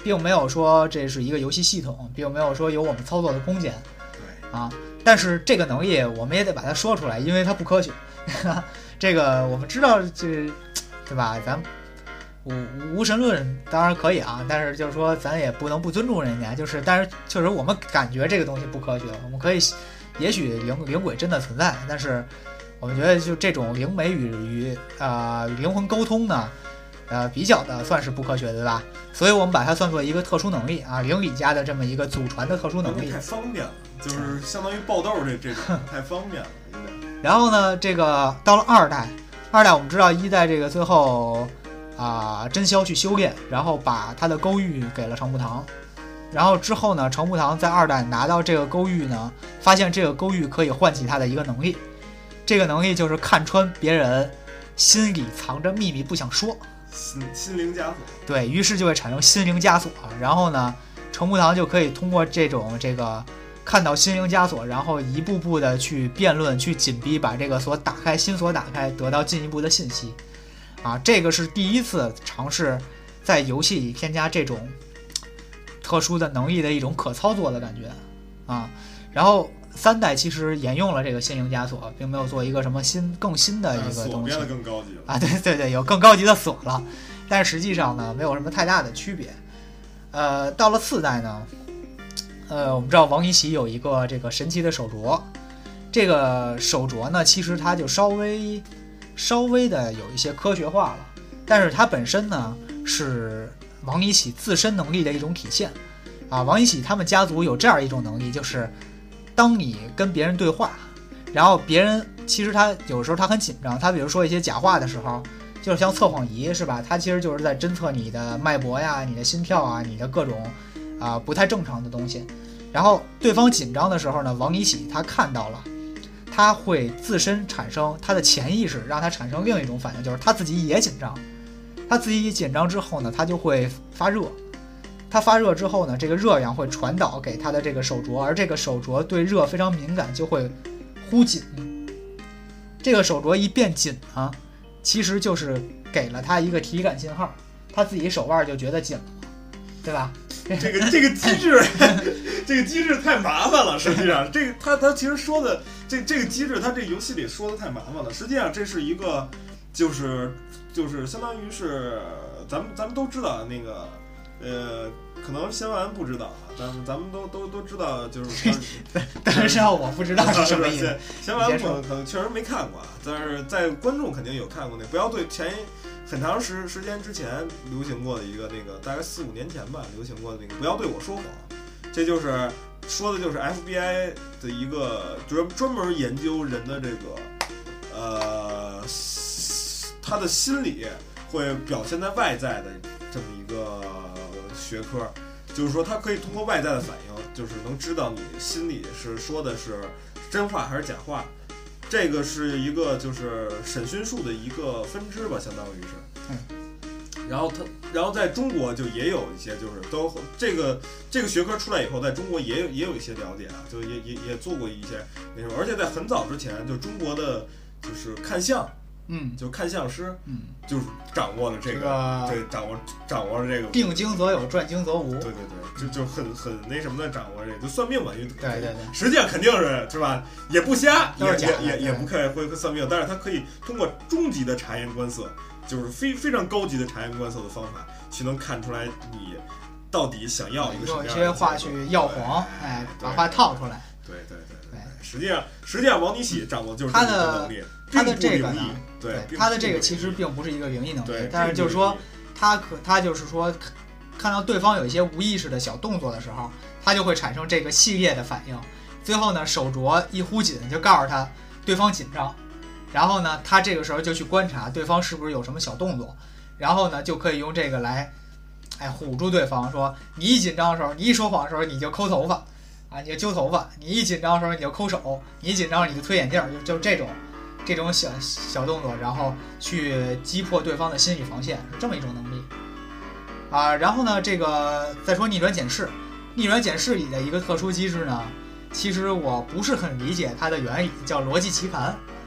并没有说这是一个游戏系统，并没有说有我们操作的空间。 对啊，但是这个能力我们也得把它说出来，因为它不科学。这个我们知道，对吧？咱无神论当然可以啊，但是就是说咱也不能不尊重人家，但是确实我们感觉这个东西不科学，我们可以也许灵鬼真的存在，但是我们觉得就这种灵媒与灵魂沟通呢，比较的算是不科学，对吧？所以我们把它算作一个特殊能力啊，灵理家的这么一个祖传的特殊能力。 太方便了，就是相当于爆豆这种太方便了。 然后呢，这个到了二代我们知道一代这个最后真宵去修炼，然后把他的勾玉给了程步堂，然后之后呢，程步堂在二代拿到这个勾玉呢，发现这个勾玉可以唤起他的一个能力，这个能力就是看穿别人心里藏着秘密不想说， 心灵枷锁。 对，于是就会产生心灵枷锁，然后呢，程步堂就可以通过这个看到心灵枷锁，然后一步步的去辩论，去紧逼，把这个心锁打开，得到进一步的信息。这个是第一次尝试在游戏里添加这种特殊的能力的一种可操作的感觉然后三代其实沿用了这个心灵枷锁，并没有做一个什么更新的一个东西， 变得更高级了对，有更高级的锁了，但实际上呢，没有什么太大的区别。到了四代呢，我们知道王一喜有一个这个神奇的手镯，这个手镯呢，其实它就稍微的有一些科学化了，但是它本身呢是王一喜自身能力的一种体现王一喜他们家族有这样一种能力，就是当你跟别人对话，然后别人其实他有时候他很紧张，他比如说一些假话的时候，就是像测谎仪是吧，他其实就是在侦测你的脉搏呀、你的心跳啊、你的各种不太正常的东西，然后对方紧张的时候呢，王一喜他看到了，他会自身产生他的潜意识，让他产生另一种反应，就是他自己也紧张。他自己紧张之后呢，他就会发热。他发热之后呢，这个热量会传导给他的这个手镯，而这个手镯对热非常敏感，就会忽紧。这个手镯一变紧其实就是给了他一个体感信号，他自己手腕就觉得紧了，对吧？ 这个机制，这个机制太麻烦了。实际上，这个他其实说的这个机制，他这游戏里说的太麻烦了。实际上，这是一个就是相当于是咱们都知道那个可能先玩不知道咱们都知道，就是但是我不知道是什么意思。 先玩可能确实没看过但是在观众肯定有看过那不要对很长时间之前流行过的一个那个大概4-5年前吧流行过的那个不要对我说谎，这就是说的就是 FBI 的一个专门研究人的这个他的心理会表现在外在的这么一个学科，就是说他可以通过外在的反应，就是能知道你心里是说的是真话还是假话。这个是一个就是审讯术的一个分支吧，相当于是。然后在中国就也有一些，就是都这个学科出来以后，在中国也有一些了解就也做过一些那什么，而且在很早之前，就中国的就是看相。就看相师，就是掌握了这个，对，掌握了这个。 定经则有，传经则无。 对，就很那什么的掌握这个，就算命嘛， 对， 实际上肯定是吧，也不瞎，也不会算命，但是它可以通过终极的察言观色，就是非常高级的察言观色的方法，去能看出来你到底想要一个什么样的。 用一些话去耀黄，把话套出来。 对。实际上王尼喜掌握就是这个能力。 他的这个呢， 对， 他的这个其实并不是一个灵异能力，但是就是说，他就是说，看到对方有一些无意识的小动作的时候，他就会产生这个系列的反应。最后呢，手镯一忽紧，就告诉他对方紧张，然后呢，他这个时候就去观察对方是不是有什么小动作，然后呢，就可以用这个来，唬住对方，说你一紧张的时候，你一说谎的时候，你就抠头发，你就揪头发；你一紧张的时候，你就抠手；你一紧张你就推眼镜，就这种小动作，然后去击破对方的心理防线，是这么一种能力然后呢，这个再说逆转检视里的一个特殊机制呢，其实我不是很理解它的原理，叫逻辑棋盘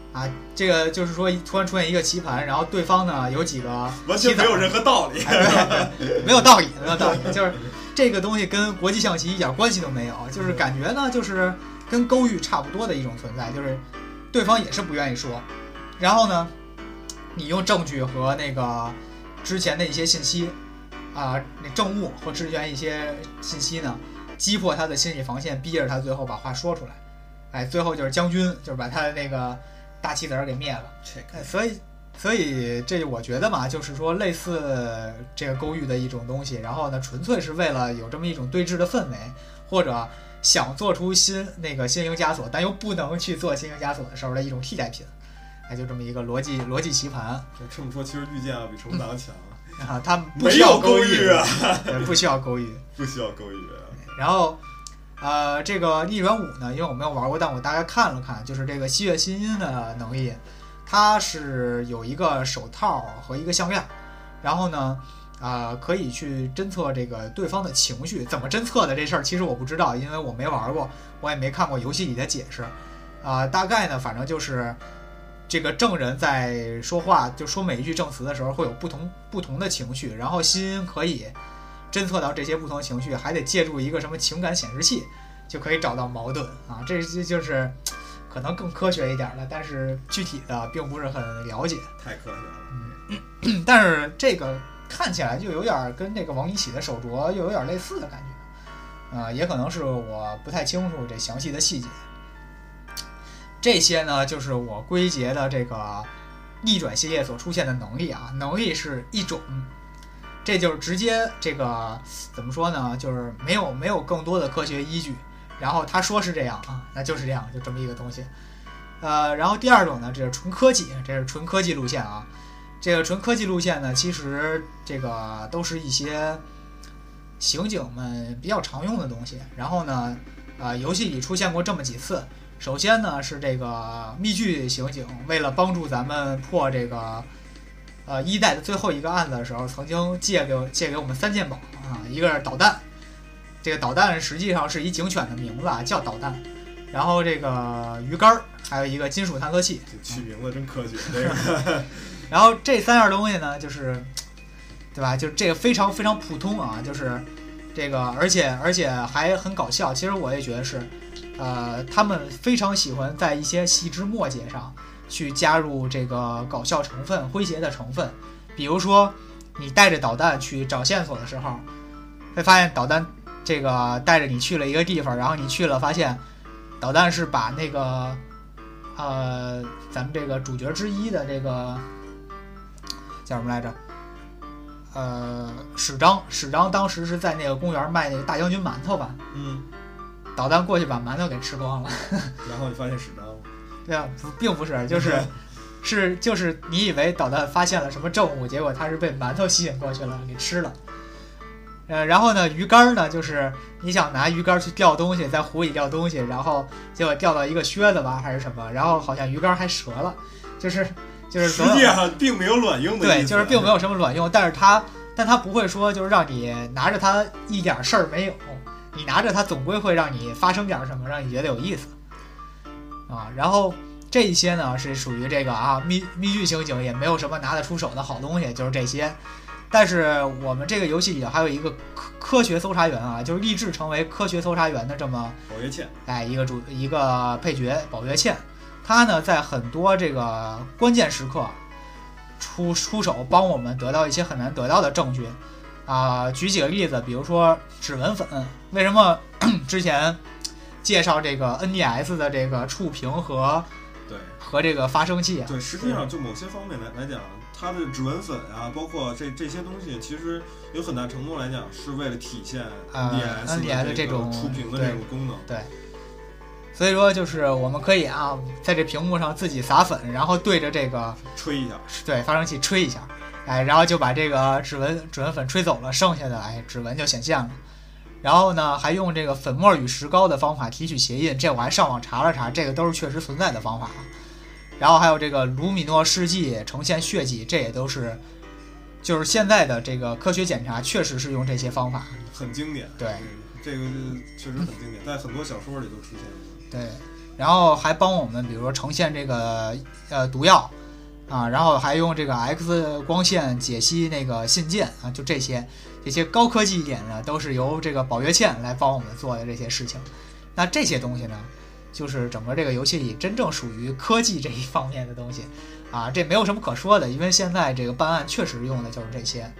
啊，这个就是说突然出现一个棋盘，然后对方呢有几个完全没有任何道理， 没有道理，就是这个东西跟国际象棋一点关系都没有，就是感觉呢就是跟勾玉差不多的一种存在，就是对方也是不愿意说，然后呢你用证据和那个之前的一些信息那证物和之前一些信息呢击破他的心理防线，逼着他最后把话说出来，最后就是将军就是把他的那个大棋子给灭了，所以这我觉得嘛，就是说类似这个勾玉的一种东西，然后呢，纯粹是为了有这么一种对峙的氛围，或者想做出新赢枷锁，但又不能去做新赢枷锁的时候的一种替代品，就这么一个逻辑棋盘。 这么说，其实御剑要比程党强啊，他不需要勾玉啊， 不需要勾玉， 不需要勾玉。 然后。这个逆转5呢，因为我没有玩过，但我大概看了看，就是这个吸血新音的能力，它是有一个手套和一个项链，然后呢，可以去侦测这个对方的情绪。怎么侦测的这事儿，其实我不知道，因为我没玩过，我也没看过游戏里的解释。大概呢，反正就是这个证人在说话，就说每一句证词的时候，会有不同的情绪，然后新音可以侦测到这些不同的情绪，还得借助一个什么情感显示器，就可以找到矛盾啊。这就是可能更科学一点了，但是具体的并不是很了解。 太科学了。 但是这个看起来就有点跟这个王一喜的手镯又有点类似的感觉，也可能是我不太清楚这详细的细节。这些呢，就是我归结的这个逆转系列所出现的能力啊，能力是一种。这就是直接这个怎么说呢？就是没有更多的科学依据，然后他说是这样啊，那就是这样，就这么一个东西。然后第二种呢，这是纯科技，这是纯科技路线啊。这个纯科技路线呢，其实这个都是一些刑警们比较常用的东西。然后呢，游戏里出现过这么几次。首先呢是这个密剧刑警为了帮助咱们破这个。1代的最后一个案子的时候，曾经借给我们3件宝啊，一个是导弹，这个导弹实际上是一警犬的名字啊，叫导弹。然后这个鱼竿，还有一个金属探测器， 取名字真科学。这个， 然后这3样东西呢，就是，对吧？就这个非常非常普通啊，就是这个，而且还很搞笑。其实我也觉得是，他们非常喜欢在一些细枝末节上。去加入这个搞笑成分、诙谐的成分，比如说你带着导弹去找线索的时候，会发现导弹这个带着你去了一个地方，然后你去了发现导弹是把那个咱们这个主角之一的这个叫什么来着？史章当时是在那个公园卖那个大将军馒头吧？导弹过去把馒头给吃光了， 然后你发现史章。 对啊，并不是，就是你以为导弹发现了什么证物，结果它是被馒头吸引过去了，给吃了。然后呢，鱼竿呢，就是你想拿鱼竿去钓东西，在湖里钓东西，然后结果钓到一个靴子吧，还是什么，然后好像鱼竿还折了，就是实际上并没有卵用的意思。 对，就是并没有什么卵用，但它不会说就是让你拿着它一点事儿没有，你拿着它总归会让你发生点什么，让你觉得有意思。然后这一些呢是属于这个密剧刑警也没有什么拿得出手的好东西，就是这些。但是我们这个游戏里还有一个科学搜查员啊，就是立志成为科学搜查员的这么保约茜， 一个配角保约茜，他呢在很多这个关键时刻出手帮我们得到一些很难得到的证据举几个例子，比如说指纹粉，为什么之前介绍这个 NDS 的这个触屏和这个发生器对，实际上就某些方面来讲，它的指纹粉包括这些东西，其实有很大程度来讲是为了体现 NDS 的这种触屏的这种功能。 对，所以说就是我们可以在这屏幕上自己撒粉，然后对着这个吹一下， 对，发生器吹一下，然后就把这个指纹粉吹走了，剩下的指纹就显现了。然后呢，还用这个粉末与石膏的方法提取鞋印，这我还上网查了查，这个都是确实存在的方法。然后还有这个卢米诺试剂呈现血迹，这也都是就是现在的这个科学检查确实是用这些方法， 很经典。 对， 这个确实很经典，在很多小说里都出现过。 对， 然后还帮我们比如说呈现这个毒药啊，然后还用这个 X 光线解析那个信件啊，就这些高科技一点的都是由这个宝月茜来帮我们做的这些事情。那这些东西呢，就是整个这个游戏里真正属于科技这一方面的东西啊，这没有什么可说的，因为现在这个办案确实用的就是这些。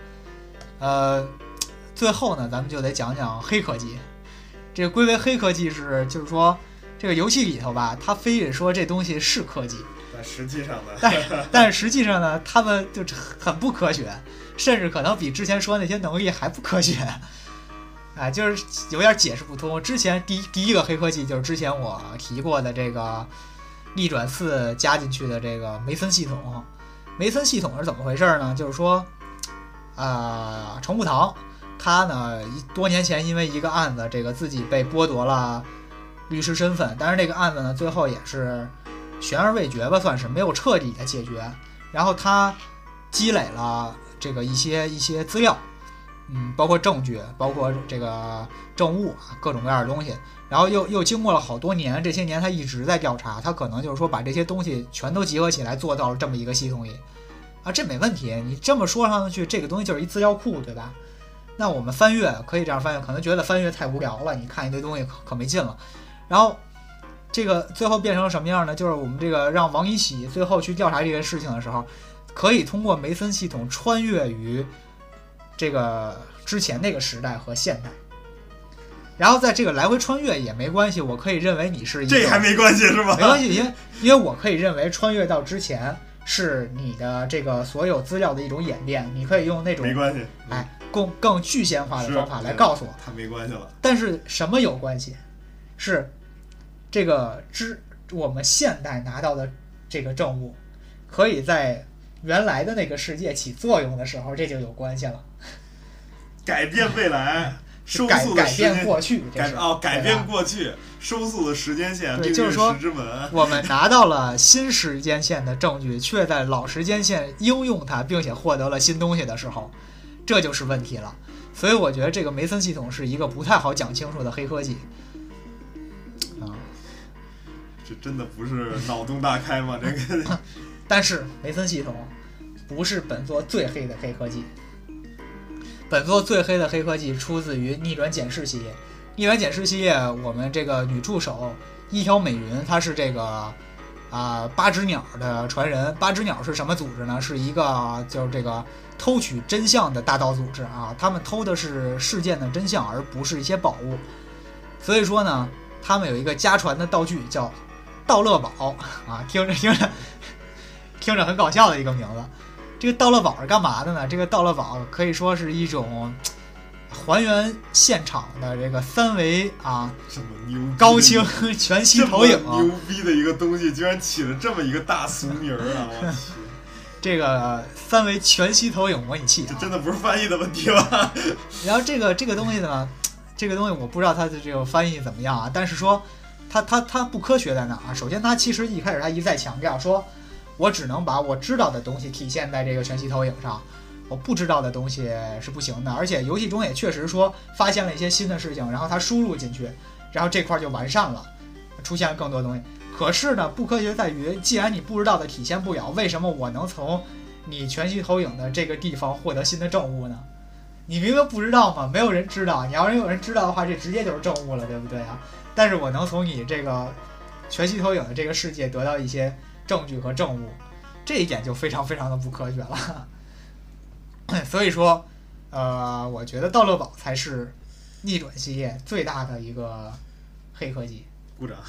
最后呢，咱们就得讲讲黑科技。这个归为黑科技就是说这个游戏里头吧，他非得说这东西是科技， 但实际上呢， 但是实际上呢，他们就很不科学，甚至可能比之前说那些能力还不科学。哎，就是有点解释不通。之前第一个黑科技就是之前我提过的这个逆转4加进去的这个梅森系统。梅森系统是怎么回事呢？就是说，程步堂他呢多年前因为一个案子，这个自己被剥夺了律师身份，但是这个案子呢最后也是悬而未决吧，算是没有彻底的解决。然后他积累了这个一些资料，包括证据，包括这个证物，各种各样的东西。然后又经过了好多年，这些年他一直在调查，他可能就是说把这些东西全都集合起来做到了这么一个系统里啊，这没问题。你这么说上去，这个东西就是一资料库，对吧？那我们翻阅可以这样翻阅，可能觉得翻阅太无聊了，你看一堆东西可没劲了。然后这个最后变成了什么样呢？就是我们这个让王一喜最后去调查这件事情的时候，可以通过梅森系统穿越于这个之前那个时代和现代，然后在这个来回穿越也没关系，我可以认为你是这还没关系是吧？ 没关系，因为我可以认为穿越到之前是你的这个所有资料的一种演变，你可以用那种没关系， 更具象化的方法来告诉我， 它没关系了。 但是什么有关系？是这个我们现代拿到的这个证物，可以在原来的那个世界起作用的时候，这就有关系了。 改变未来，收束的改变过去， 改变过去，收束的时间线， 对，就是说之门， 我们拿到了新时间线的证据，却在老时间线应用它，并且获得了新东西的时候，这就是问题了。所以我觉得这个梅森系统是一个不太好讲清楚的黑科技啊。 这真的不是脑洞大开吗？这个， 但是梅森系统不是本作最黑的黑科技。本作最黑的黑科技出自于逆转检视系列。逆转检视系列，我们这个女助手一条美云，她是这个八只鸟的传人。八只鸟是什么组织呢？是一个就是这个偷取真相的大盗组织啊。他们偷的是事件的真相，而不是一些宝物。所以说呢，他们有一个家传的道具叫道乐宝啊，听着很搞笑的一个名字。这个道乐宝是干嘛的呢？这个道乐宝可以说是一种还原现场的这个3维这么牛高清全息投影， 这么牛逼的一个东西，居然起了这么一个大俗名啊！我去， 这个3维全息投影模拟器， 这真的不是翻译的问题吧？ 然后这个东西呢，这个东西我不知道它的这个翻译怎么样啊，但是说它不科学在哪啊？首先，它其实一开始它一再强调说，我只能把我知道的东西体现在这个全息投影上，我不知道的东西是不行的。而且游戏中也确实说发现了一些新的事情，然后它输入进去，然后这块就完善了，出现了更多东西。可是呢，不科学在于，既然你不知道的体现不了，为什么我能从你全息投影的这个地方获得新的证物呢？你明明不知道嘛，没有人知道。你要是有人知道的话，这直接就是证物了，对不对啊？但是我能从你这个全息投影的这个世界得到一些证据和证物，这一点就非常非常的不科学了。所以说，我觉得道乐宝才是逆转系列最大的一个黑科技。 鼓掌。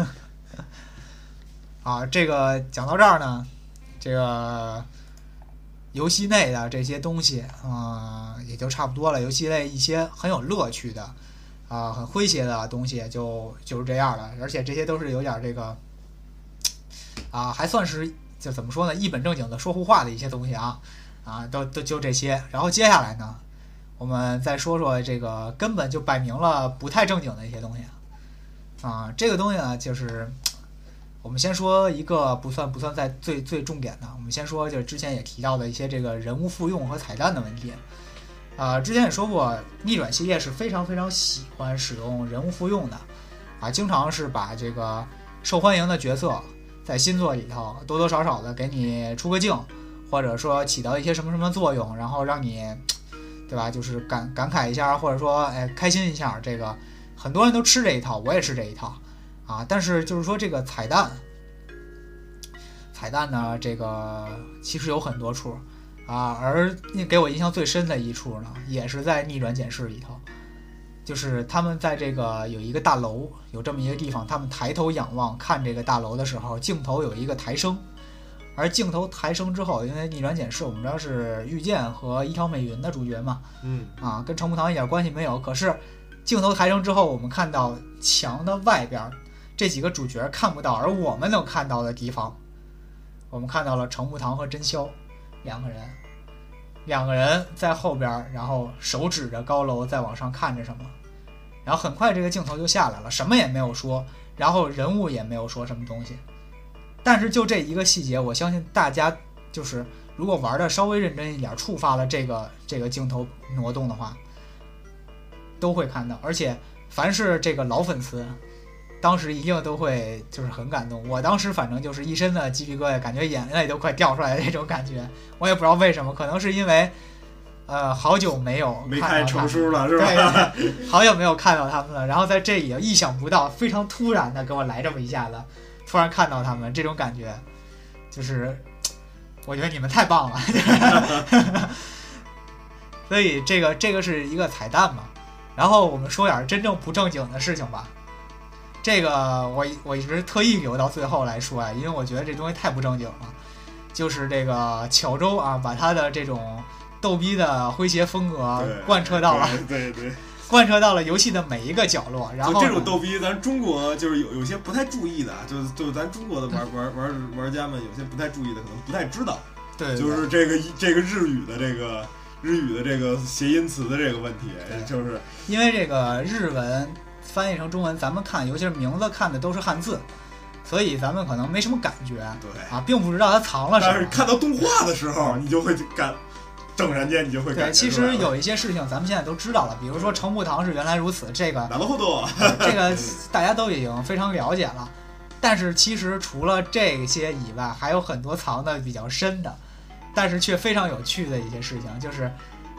这个讲到这儿呢，这个游戏内的这些东西也就差不多了。游戏内一些很有乐趣的很诙谐的东西就是这样了，而且这些都是有点这个还算是就怎么说呢，一本正经的说胡话的一些东西都就这些。然后接下来呢，我们再说说这个根本就摆明了不太正经的一些东西这个东西呢，就是我们先说一个不算在最重点的，我们先说就是之前也提到的一些这个人物复用和彩蛋的问题。之前也说过，逆转系列是非常非常喜欢使用人物复用的经常是把这个受欢迎的角色，在新作里头多多少少的给你出个镜，或者说起到一些什么什么作用，然后让你，对吧？就是感慨一下，或者说开心一下。这个很多人都吃这一套，我也吃这一套啊。但是就是说这个彩蛋呢，这个其实有很多处啊，而给我印象最深的一处呢，也是在逆转检视里头。就是他们在这个有一个大楼，有这么一个地方，他们抬头仰望看这个大楼的时候，镜头有一个抬升，而镜头抬升之后，因为逆转检视我们知道是玉剑和一条美云的主角嘛，跟程步堂一点关系没有。可是镜头抬升之后，我们看到墙的外边这几个主角看不到，而我们能看到的地方，我们看到了程步堂和真宵两个人在后边，然后手指着高楼在往上看着什么。然后很快这个镜头就下来了，什么也没有说，然后人物也没有说什么东西。但是就这一个细节，我相信大家就是如果玩的稍微认真一点，触发了这个镜头挪动的话，都会看到。而且凡是这个老粉丝，当时一定都会就是很感动。我当时反正就是一身的鸡皮疙瘩，感觉眼泪都快掉出来的那种感觉。我也不知道为什么，可能是因为好久没看成书了，是吧？ 对，好久没有看到他们了。然后在这里意想不到，非常突然的给我来这么一下子，突然看到他们，这种感觉，就是我觉得你们太棒了。所以这个是一个彩蛋嘛。然后我们说点真正不正经的事情吧。这个我一直特意留到最后来说因为我觉得这东西太不正经了。就是这个巧周啊，把他的这种逗逼的诙谐风格贯彻到了， 对， 贯彻到了游戏的每一个角落。然后就这种逗逼，咱中国就是有些不太注意的，就是咱中国的玩家们有些不太注意的，可能不太知道。 对， 就是这个日语的这个谐音词的这个问题，就是因为这个日文翻译成中文，咱们看，尤其是名字看的都是汉字。所以咱们可能没什么感觉， 对啊，并不知道它藏了什么。 但是看到动画的时候，你就会正然间你就会感觉。 对，其实有一些事情咱们现在都知道了，比如说程步堂是原来如此，这个这个大家都已经非常了解了。但是其实除了这些以外，还有很多藏的比较深的，但是却非常有趣的一些事情，就是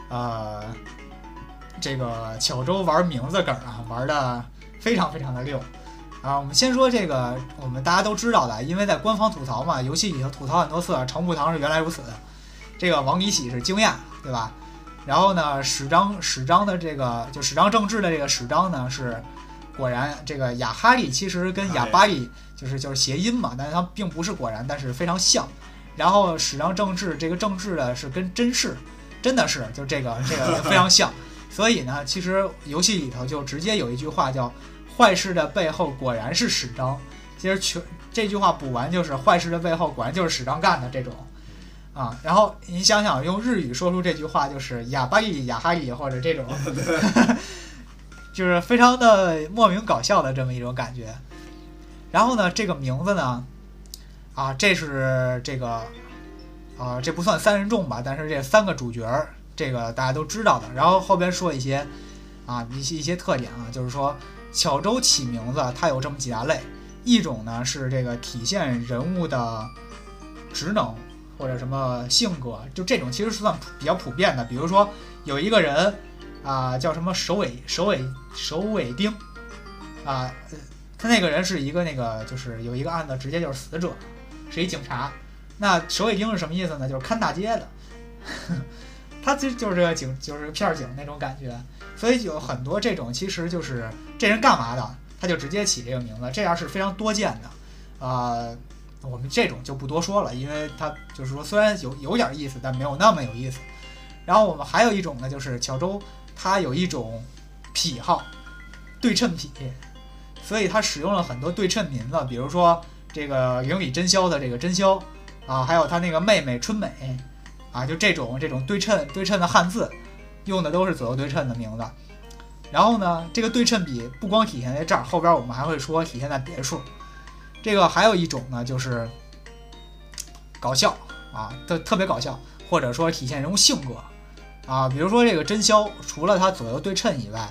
这个巧周玩名字梗啊，玩的非常非常的溜。我们先说这个我们大家都知道的，因为在官方吐槽嘛，游戏里头吐槽很多次，程步堂是原来如此的，这个王李喜是惊讶，对吧？然后呢，史章的这个就史章正治的这个史章呢，是果然这个雅哈利其实跟哑巴利就是谐音嘛，但是它并不是果然，但是非常像。然后史章正治这个正治的是跟真是真的是就这个非常像，所以呢，其实游戏里头就直接有一句话叫坏事的背后果然是史章，其实这句话补完就是坏事的背后果然就是史章干的这种啊。然后你想想用日语说出这句话就是哑巴利雅哈利或者这种就是非常的莫名搞笑的这么一种感觉。然后呢，这个名字呢这是这个这不算三人众吧，但是这三个主角这个大家都知道的。然后后边说一些一些特点就是说巧周起名字它有这么几大类，一种呢是这个体现人物的职能或者什么性格，就这种其实算比较普遍的。比如说有一个人叫什么首尾丁他那个人是一个就是有一个案子直接就是死者，是一警察。那首尾丁是什么意思呢？就是看大街的他其实就是这个警，就是片警那种感觉。所以有很多这种其实就是这人干嘛的，他就直接起这个名字，这样是非常多见的。我们这种就不多说了，因为他就是说虽然有点意思，但没有那么有意思。然后我们还有一种呢，就是巧周他有一种癖好，对称癖，所以他使用了很多对称名字，比如说这个营里真宵的这个真宵还有他那个妹妹春美就这种对称的汉字用的都是左右对称的名字。然后呢，这个对称比不光体现在这儿，后边我们还会说体现在别处。这个还有一种呢，就是搞笑特别搞笑，或者说体现人物性格比如说这个真宵，除了他左右对称以外，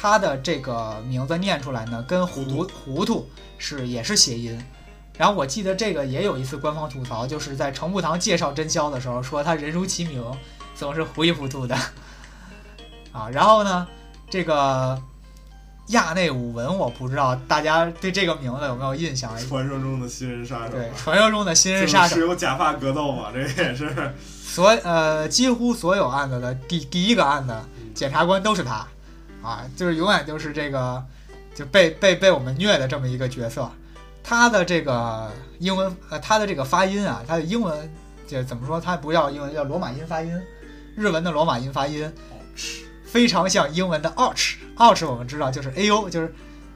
他的这个名字念出来呢，跟糊涂也是谐音。然后我记得这个也有一次官方吐槽，就是在程步堂介绍真宵的时候说他人如其名，总是糊里糊涂的啊。然后呢，这个亚内武文我不知道大家对这个名字有没有印象？ 传说中的新人杀手。 对，传说中的新人杀手是有假发格斗嘛？这也是几乎所有案子的第一个案子检察官都是他啊，就是永远就是这个就被我们虐的这么一个角色。他的这个英文他的这个发音啊，他的英文就怎么说？他不叫英文，叫罗马音发音，日文的罗马音发音。非常像英文的 ouch 我们知道就是 AU 就是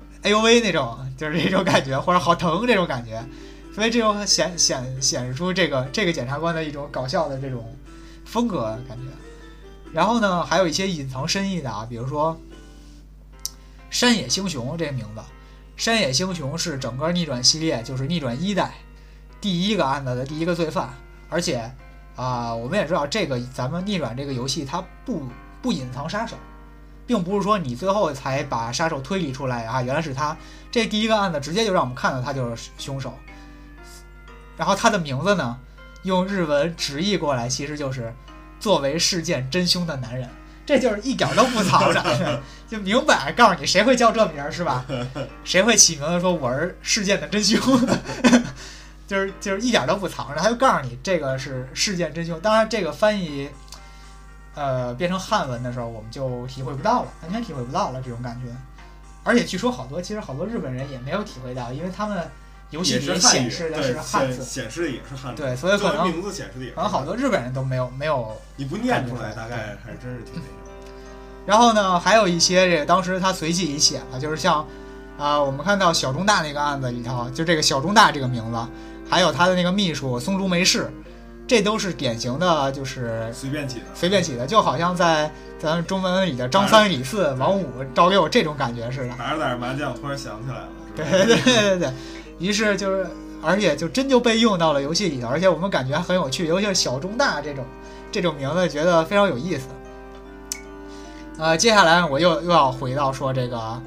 AUV 那种，就是这种感觉，或者好疼这种感觉，所以这种显示出这个检察官的一种搞笑的这种风格感觉。然后呢，还有一些隐藏深意的啊，比如说山野星雄这个名字，山野星雄是整个逆转系列就是逆转1代第一个案子的第一个罪犯，而且我们也知道这个咱们逆转这个游戏它不隐藏杀手，并不是说你最后才把杀手推理出来啊，原来是他。这第一个案子直接就让我们看到他就是凶手。然后他的名字呢，用日文直译过来其实就是作为事件真凶的男人，这就是一点都不藏着，就明摆告诉你谁会叫这名是吧？谁会起名字说我是事件的真凶？就是一点都不藏着，他就告诉你这个是事件真凶。当然这个翻译变成汉文的时候，我们就体会不到了，完全体会不到了这种感觉。而且据说其实好多日本人也没有体会到，因为他们游戏里显示的是汉字， 显示的也是汉字， 对，所以可能名字显示的也是， 可能好多日本人都没有， 你不念出来，大概还真是挺那个。 然后呢，还有一些这个当时他随即里写了，就是像我们看到小中大那个案子里头，就这个小中大这个名字，还有他的那个秘书松竹梅氏。这都是典型的，就是随便起的，就好像在咱中文里的张三李四王五赵六这种感觉似的。 打着麻将，突然想起来了。 对，于是就是，而且就真就被用到了游戏里头，而且我们感觉很有趣，尤其是小中大这种名字，觉得非常有意思。接下来我又要回到说这个，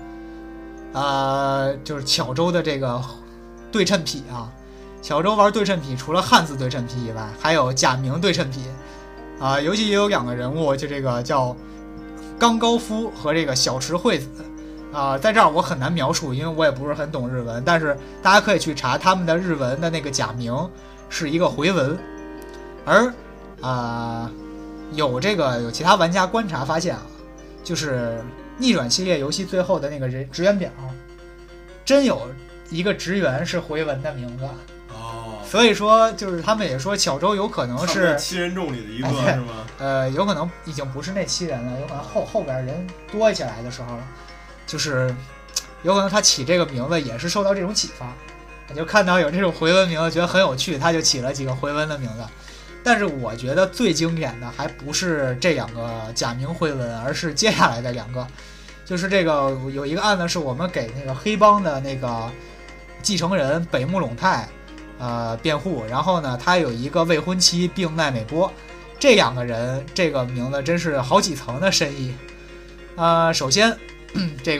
就是巧周的这个对称匹啊。小周玩对称匹，除了汉字对称匹以外，还有假名对称匹，游戏也有2个人物，就这个叫冈高夫和这个小池惠子，在这儿我很难描述，因为我也不是很懂日文，但是大家可以去查他们的日文的那个假名是一个回文，而有其他玩家观察发现啊，就是逆转系列游戏最后的那个职员表，真有一个职员是回文的名字。所以说，就是他们也说巧周有可能是 7人众里的一个，是吗？ 有可能已经不是那7人了，有可能后边人多起来的时候，就是有可能他起这个名字也是受到这种启发，就看到有这种回文名字，觉得很有趣，他就起了几个回文的名字。但是我觉得最经典的还不是这2个假名回文，而是接下来的2个，就是这个有一个案子是我们给那个黑帮的那个继承人北木陇太。辩护，然后呢，他有一个未婚妻并奈美波，这2个人这个名字真是好几层的深意。首先这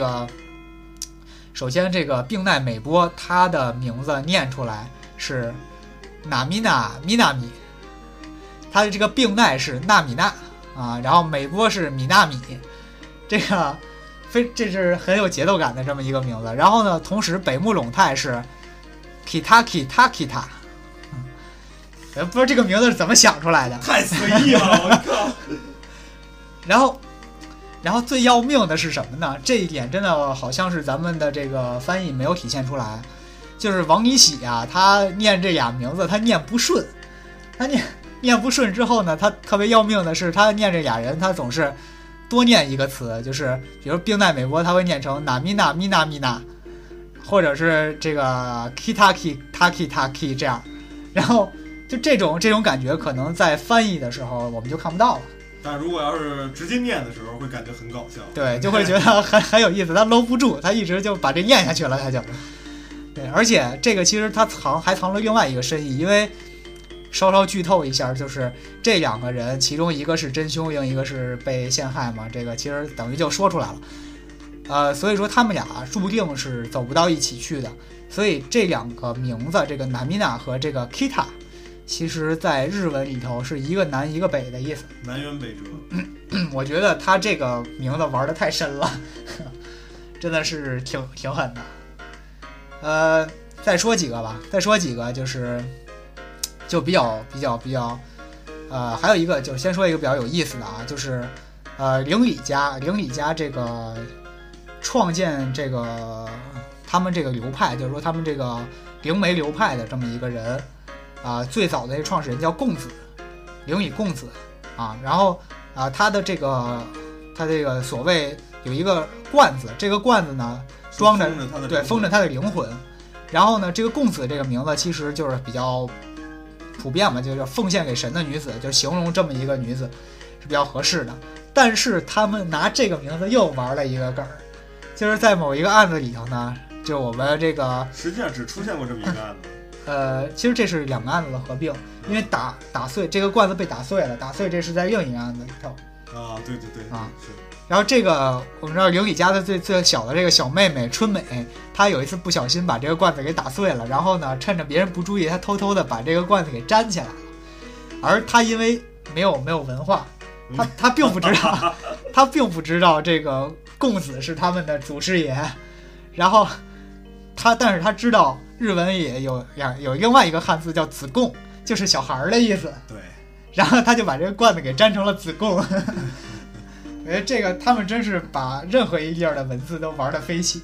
个并奈美波，他的名字念出来是纳米娜米纳米，他的这个并奈是纳米娜然后美波是米纳米，这是很有节奏感的这么一个名字。然后呢，同时北木陇太是Kitaki Takita， 不知道这个名字是怎么想出来的， 太随意了，我靠！ 然后最要命的是什么呢？这一点真的好像是咱们的这个翻译没有体现出来，就是王尼喜啊，他念这俩名字他念不顺，他念不顺之后呢，他特别要命的是他念这俩人他总是多念一个词，就是比如并奈美波他会念成纳米娜米娜米娜。或者是这个 kitaki taki taki 这样，然后就这种感觉，可能在翻译的时候我们就看不到了。 但如果要是直接念的时候，会感觉很搞笑。 对，就会觉得很有意思，他搂不住，他一直就把这念下去了，他就。对，而且这个其实他还藏了另外一个深意，因为稍稍剧透一下，就是这2个人，其中一个是真凶，另一个是被陷害嘛，这个其实等于就说出来了。 所以说他们俩注定是走不到一起去的。所以这两个名字，这个南米娜和这个 Kita， 其实在日文里头是一个南一个北的意思， 南辕北辙。 我觉得他这个名字玩的太深了，真的是挺狠的。再说几个吧，就比较，还有一个就是先说一个比较有意思的啊，就是灵里家这个创建这个他们这个流派，就是说他们这个灵媒流派的这么一个人最早的这个创始人叫贡子，灵里贡子啊，然后他这个所谓有一个罐子，这个罐子呢装着封着他的灵魂。然后呢，这个贡子这个名字其实就是比较普遍嘛，就是奉献给神的女子，就形容这么一个女子是比较合适的。但是他们拿这个名字又玩了一个梗儿，就是在某一个案子里头呢，就我们这个实际上只出现过这么一个案子。其实这是两个案子的合并，因为打碎这个罐子被打碎了，打碎这是在另一个案子里头。 对啊， 是。 然后这个我们知道灵里家的最小的这个小妹妹春美，她有一次不小心把这个罐子给打碎了，然后呢趁着别人不注意，她偷偷的把这个罐子给粘起来了。而她因为没有文化，她并不知道这个贡子是他们的祖师爷，然后但是她知道日文也有另外一个汉字叫子贡，就是小孩的意思。 对。 然后她就把这个罐子给粘成了子贡。我觉得这个他们真是把任何一页的文字都玩得飞起。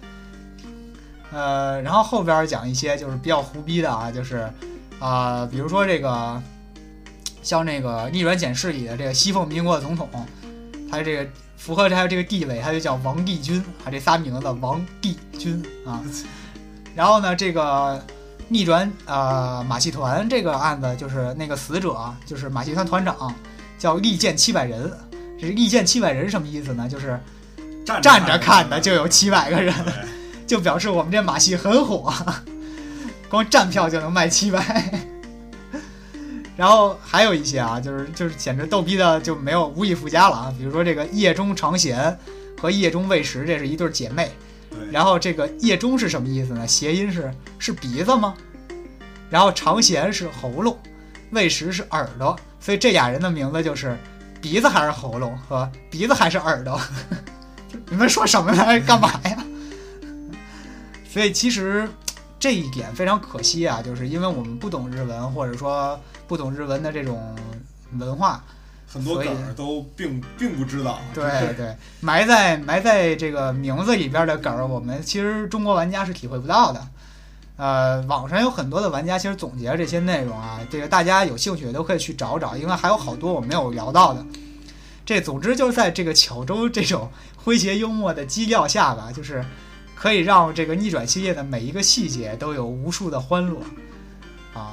然后后边讲一些就是比较胡逼的啊，就是比如说这个像那个逆转检视里的这个西凤民国的总统，他这个符合他这个地位，他就叫王帝君啊，这仨名字王帝君啊。然后呢，这个逆转马戏团这个案子，就是那个死者就是马戏团团长叫利剑700人。这利剑700人什么意思呢？就是站着看的就有700个人，就表示我们这马戏很火，光站票就能卖700。然后还有一些就是简直逗逼的就没有无以复加了啊！比如说这个叶中长弦和叶中未时，这是一对姐妹。然后这个叶中是什么意思呢？谐音是鼻子吗？然后长弦是喉咙，未时是耳朵，所以这俩人的名字就是鼻子还是喉咙和鼻子还是耳朵。你们说什么呢？干嘛呀？所以其实这一点非常可惜啊，就是因为我们不懂日文，或者说不懂日文的这种文化， 很多梗都并不知道。 对，埋在这个名字里边的梗，我们其实中国玩家是体会不到的。网上有很多的玩家其实总结了这些内容啊，这个大家有兴趣都可以去找找，因为还有好多我没有聊到的。这总之就是在这个巧周这种诙谐幽默的基调下吧，就是可以让这个逆转系列的每一个细节都有无数的欢乐啊。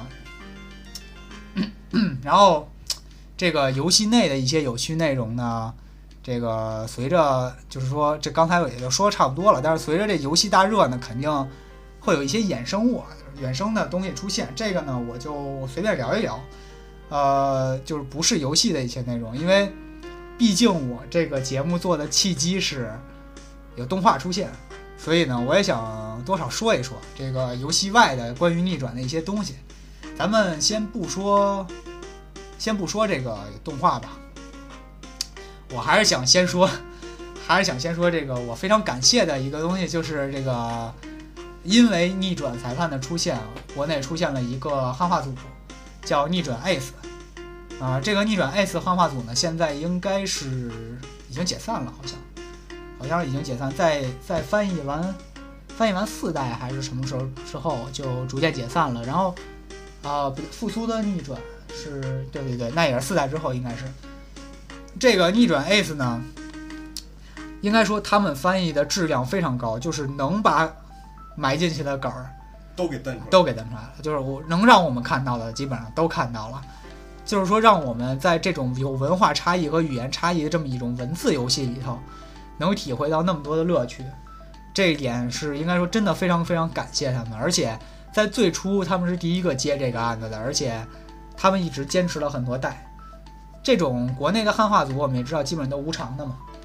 然后这个游戏内的一些有趣内容呢，这个随着就是说这刚才也就说差不多了，但是随着这游戏大热呢，肯定会有一些衍生物衍生的东西出现，这个呢我就随便聊一聊，就是不是游戏的一些内容，因为毕竟我这个节目做的契机是有动画出现，所以呢我也想多少说一说这个游戏外的关于逆转的一些东西。咱们先不说这个动画吧，我还是想先说这个我非常感谢的一个东西，就是这个因为逆转裁判的出现，国内出现了一个汉化组叫逆转 Ace 这个逆转 Ace 汉化组呢现在应该是已经解散了，好像已经解散，在翻译完4代还是什么时候之后就逐渐解散了。然后复苏的逆转是对，那也是4代之后，应该是这个逆转 Ace 呢，应该说他们翻译的质量非常高，就是能把埋进去的梗儿都给瞪出来了，就是我能让我们看到的基本上都看到了，就是说让我们在这种有文化差异和语言差异的这么一种文字游戏里头能体会到那么多的乐趣，这一点是应该说真的非常非常感谢他们。而且在最初他们是第一个接这个案子的，而且他们一直坚持了很多代。这种国内的汉化组我们也知道基本都无偿的嘛，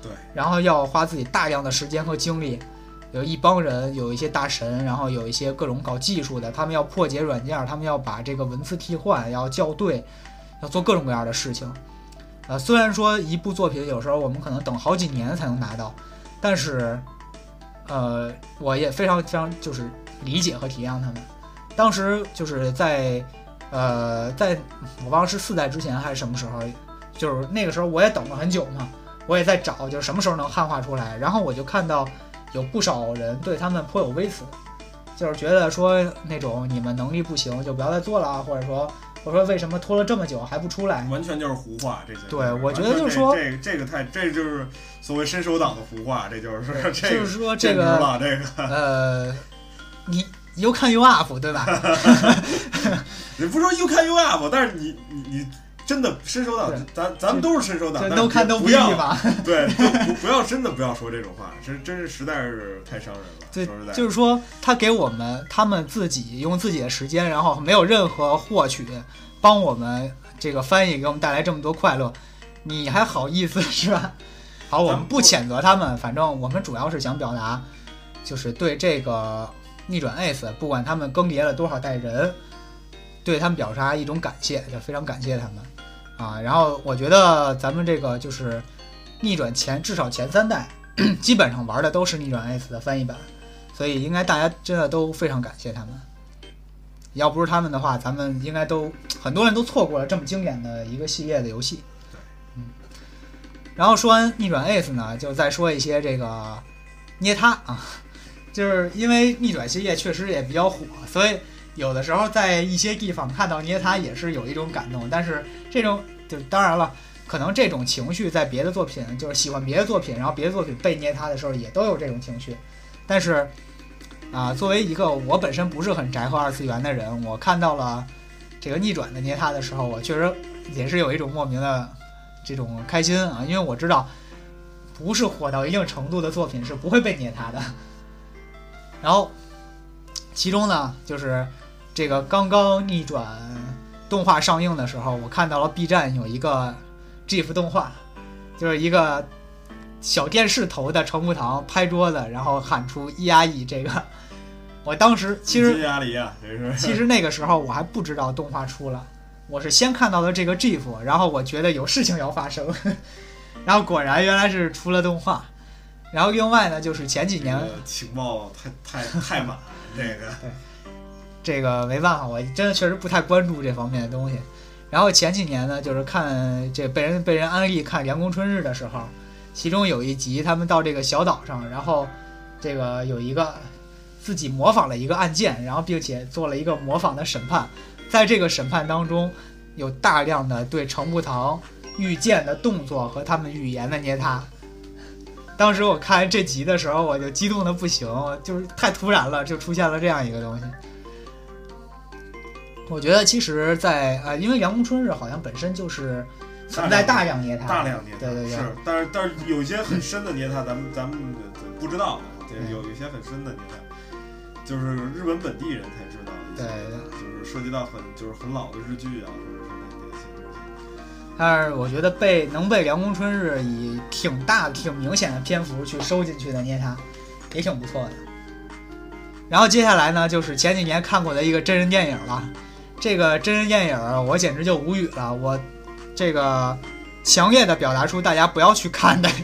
对， 然后要花自己大量的时间和精力。有一帮人，有一些大神，然后有一些各种搞技术的，他们要破解软件，他们要把这个文字替换，要校对，要做各种各样的事情。虽然说一部作品有时候我们可能等好几年才能拿到，但是，我也非常非常就是理解和体谅他们。当时就是在我忘了是4代之前还是什么时候，就是那个时候我也等了很久嘛，我也在找，就是什么时候能汉化出来，然后我就看到。有不少人对他们颇有微词，就是觉得说那种你们能力不行就不要再做了，或者说为什么拖了这么久还不出来， 完全就是胡话这些。 对，我觉得就是说这就是所谓伸手党的胡话，这就是就是说这个你 you can you up 对吧？ 你不说 you can you up， 但是你真的伸手党，咱们都是伸手党， 都看都不要吧？ 对，不要真的不要说这种话，真是实在是太伤人了。 对，就是说他给我们，他们自己用自己的时间，然后没有任何获取，帮我们这个翻译给我们带来这么多快乐，你还好意思是吧？好，我们不谴责他们，反正我们主要是想表达，就是对这个逆转 Ace， 不管他们更迭了多少代人，对他们表达一种感谢，就非常感谢他们。然后我觉得咱们这个就是逆转至少前3代基本上玩的都是逆转 Ace 的翻译版，所以应该大家真的都非常感谢他们。要不是他们的话，咱们应该都很多人都错过了这么经典的一个系列的游戏。然后说完逆转 Ace 呢，就再说一些这个捏他就是因为逆转系列确实也比较火，所以有的时候在一些地方看到捏他也是有一种感动，但是这种就当然了，可能这种情绪在别的作品，就是喜欢别的作品，然后别的作品被捏他的时候也都有这种情绪。但是作为一个我本身不是很宅和二次元的人，我看到了这个逆转的捏他的时候，我确实也是有一种莫名的这种开心因为我知道不是火到一定程度的作品是不会被捏他的。然后其中呢，就是这个刚刚逆转动画上映的时候，我看到了 B 站有一个 GIF 动画，就是一个小电视头的程步堂拍桌子，然后喊出咿呀咿这个。我当时其实那个时候我还不知道动画出了，我是先看到了这个 GIF， 然后我觉得有事情要发生，然后果然原来是出了动画。然后另外呢，就是前几年情报太满， 这个没办法，我真的确实不太关注这方面的东西。然后前几年呢，就是看这被人安利看《凉宫春日》的时候，其中有一集他们到这个小岛上，然后这个有一个自己模仿了一个案件，然后并且做了一个模仿的审判。在这个审判当中，有大量的对程步堂御剑的动作和他们语言的捏他。当时我看这集的时候，我就激动的不行，就是太突然了，就出现了这样一个东西。我觉得其实在因为凉宫春日好像本身就是存在大量捏他，对， 是，但是有一些很深的捏他，咱们不知道，有一些很深的捏他，就是日本本地人才知道的一些，就是涉及到很老的日剧或者是那些东西。 但是我觉得能被凉宫春日以挺明显的篇幅去收进去的捏他，也挺不错的。然后接下来呢，就是前几年看过的一个真人电影了。这个真人电影我简直就无语了，我这个强烈的表达出大家不要去看的。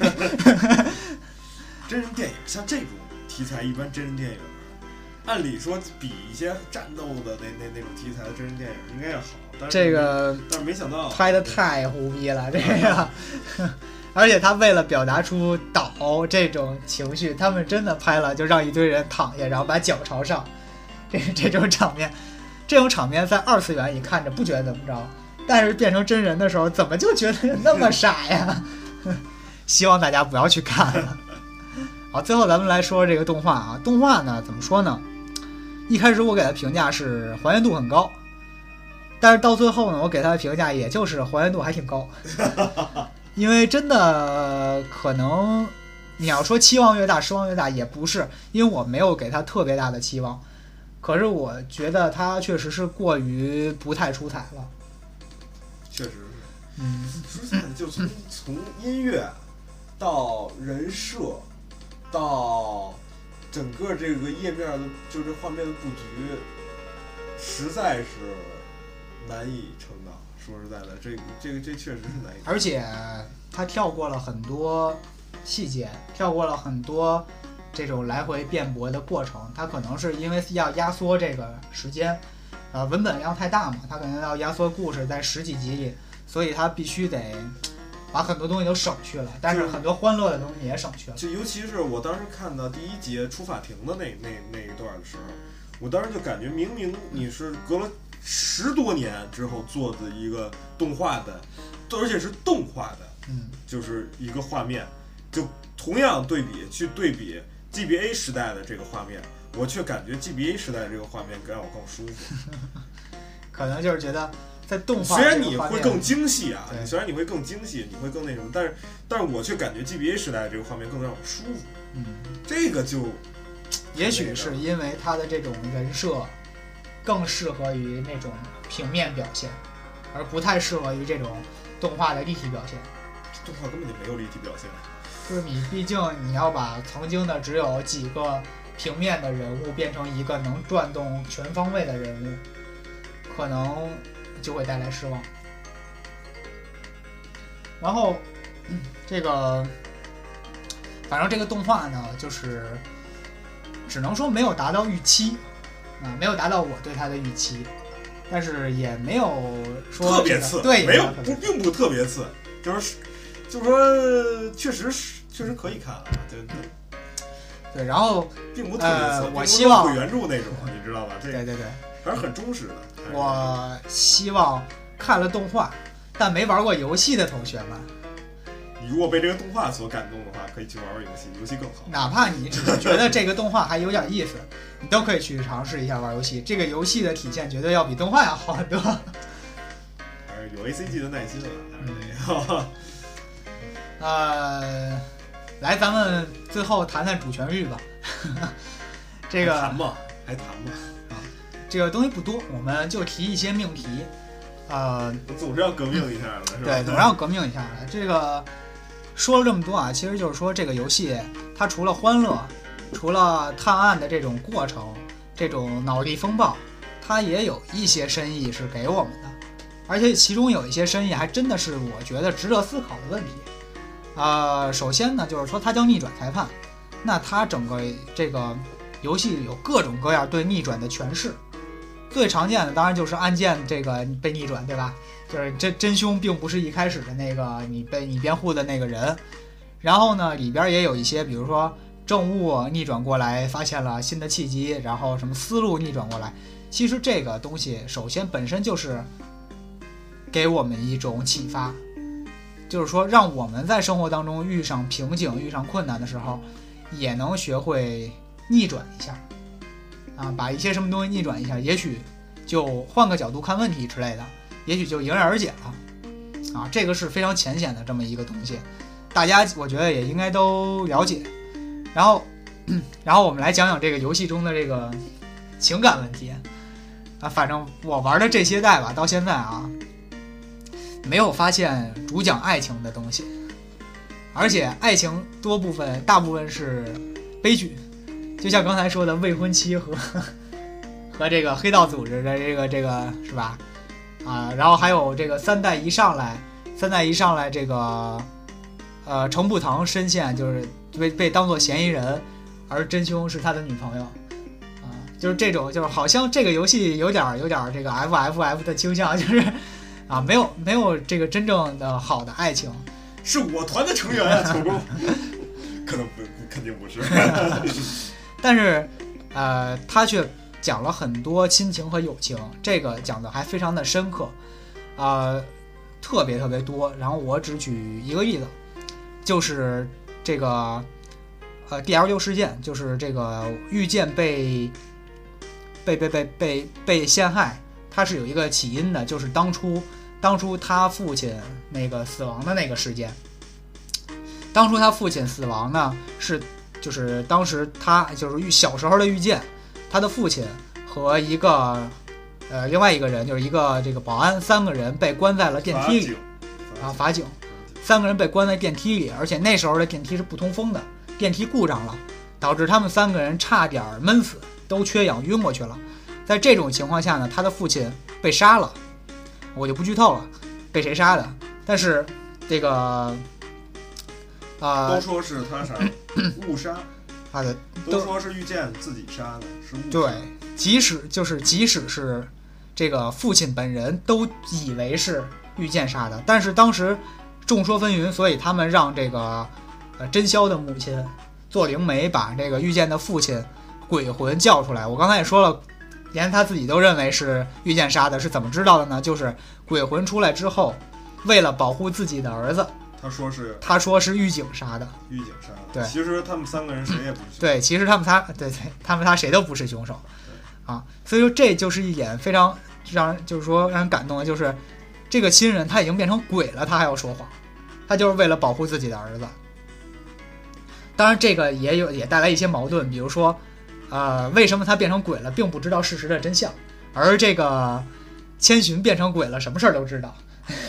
真人电影像这种题材，一般真人电影按理说比一些战斗的那种题材的真人电影应该要好，但是没想到拍的太胡逼了这个。而且他为了表达出岛这种情绪，他们真的拍了就让一堆人躺下，然后把脚朝上，这种场面在二次元一看着不觉得怎么着，但是变成真人的时候怎么就觉得那么傻呀？希望大家不要去看了。好，最后咱们来说这个动画动画呢怎么说呢？一开始我给它评价是还原度很高，但是到最后呢，我给它的评价也就是还原度还挺高。因为真的可能你要说期望越大失望越大也不是，因为我没有给它特别大的期望，可是我觉得它确实是过于不太出彩了。 确实是，出彩就从音乐到人设，到整个这个页面的，就这画面的布局，实在是难以称道。说实在的，这确实是难以。 而且他跳过了很多细节，跳过了很多这种来回辩驳的过程。他可能是因为要压缩这个时间，文本量太大嘛，他可能要压缩故事在10几集里，所以他必须得把很多东西都省去了，但是很多欢乐的东西也省去了。 就尤其是我当时看到第1节出法庭的那一段的时候，我当时就感觉明明你是隔了10多年之后做的一个动画的，而且是动画的，就是一个画面，就同样对比 GBA 时代的这个画面，我却感觉 GBA 时代的这个画面让我更舒服。 可能就是觉得在动画虽然你会更精细啊， 你虽然你会更精细，你会更那什么，但是我却感觉 GBA 时代的这个画面更让我舒服。这个就也许是因为它的这种人设更适合于那种平面表现，而不太适合于这种动画的立体表现。 动画根本就没有立体表现， 就是你毕竟你要把曾经的只有几个平面的人物变成一个能转动全方位的人物，可能就会带来失望。然后这个反正这个动画呢，就是只能说没有达到预期啊，没有达到我对它的预期，但是也没有说特别次， 对， 没有并不特别次，就是说确实可以看啊， 对，然后并不特别次， 我希望原著那种，你知道吧？这对， 还是很忠实的。 我希望看了动画但没玩过游戏的同学们， 你如果被这个动画所感动的话，可以去玩玩游戏，游戏更好。 哪怕你只是觉得这个动画还有点意思，你都可以去尝试一下玩游戏。这个游戏的体现绝对要比动画要好很多。 还是有 ACG 的耐心了。 来，咱们最后谈谈主旋律吧。这个还谈吗？ 这个东西不多，我们就提一些命题。 总是要革命一下的，是吧？ 对，总是要革命一下的。这个说了这么多啊，其实就是说这个游戏它除了欢乐，除了探案的这种过程，这种脑力风暴，它也有一些深意是给我们的，而且其中有一些深意还真的是我觉得值得思考的问题。首先呢，就是说它叫逆转裁判，那它整个这个游戏有各种各样对逆转的诠释。最常见的当然就是案件这个被逆转，对吧？就是真凶并不是一开始的那个你辩护的那个人。然后呢，里边也有一些，比如说证物逆转过来发现了新的契机，然后什么思路逆转过来。其实这个东西首先本身就是给我们一种启发，就是说让我们在生活当中遇上瓶颈、遇上困难的时候，也能学会逆转一下。把一些什么东西逆转一下，也许就换个角度看问题之类的，也许就迎刃而解了。这个是非常浅显的这么一个东西，大家我觉得也应该都了解。然后我们来讲讲这个游戏中的这个情感问题。反正我玩的这些代吧，到现在没有发现主讲爱情的东西，而且爱情大部分是悲剧。就像刚才说的未婚妻和这个黑道组织的这个是吧？然后还有这个三代一上来这个程步堂深陷就是被当作嫌疑人，而真凶是他的女朋友就是这种，就是好像这个游戏有点这个 FFF 的倾向，就是没有这个真正的好的爱情。 是我团的成员啊，球工肯定不是。 但是他却讲了很多亲情和友情，这个讲的还非常的深刻，特别多。然后我只举一个例子，就是这个DL6事件，就是这个遇见被陷害，它是有一个起因的，就是当初他父亲那个死亡的那个事件。当初他父亲死亡呢，就是当时他就是小时候的遇见，他的父亲和一个另外一个人，就是一个这个保安，3个人被关在了电梯里法警 3个人被关在电梯里，而且那时候的电梯是不通风的，电梯故障了，导致他们3个人差点闷死，都缺氧晕过去了。在这种情况下呢，他的父亲被杀了，我就不剧透了，被谁杀的？但是这个都说是他杀误杀啊，对， 都说是遇见自己杀的，是误杀。 对，即使是这个父亲本人都以为是遇见杀的，但是当时众说纷纭，所以他们让这个真宵的母亲做灵媒，把这个遇见的父亲鬼魂叫出来。我刚才也说了，连他自己都认为是遇见杀的，是怎么知道的呢？就是鬼魂出来之后，为了保护自己的儿子，他说是狱警杀的。 狱警杀的。 对， 其实他们3个人谁也不是凶手。 对，其实他们仨谁都不是凶手。啊，所以说这就是一点非常让人感动的，就是这个亲人他已经变成鬼了，他还要说谎，他就是为了保护自己的儿子。当然，这个也带来一些矛盾，比如说，为什么他变成鬼了，并不知道事实的真相，而这个千寻变成鬼了，什么事儿都知道。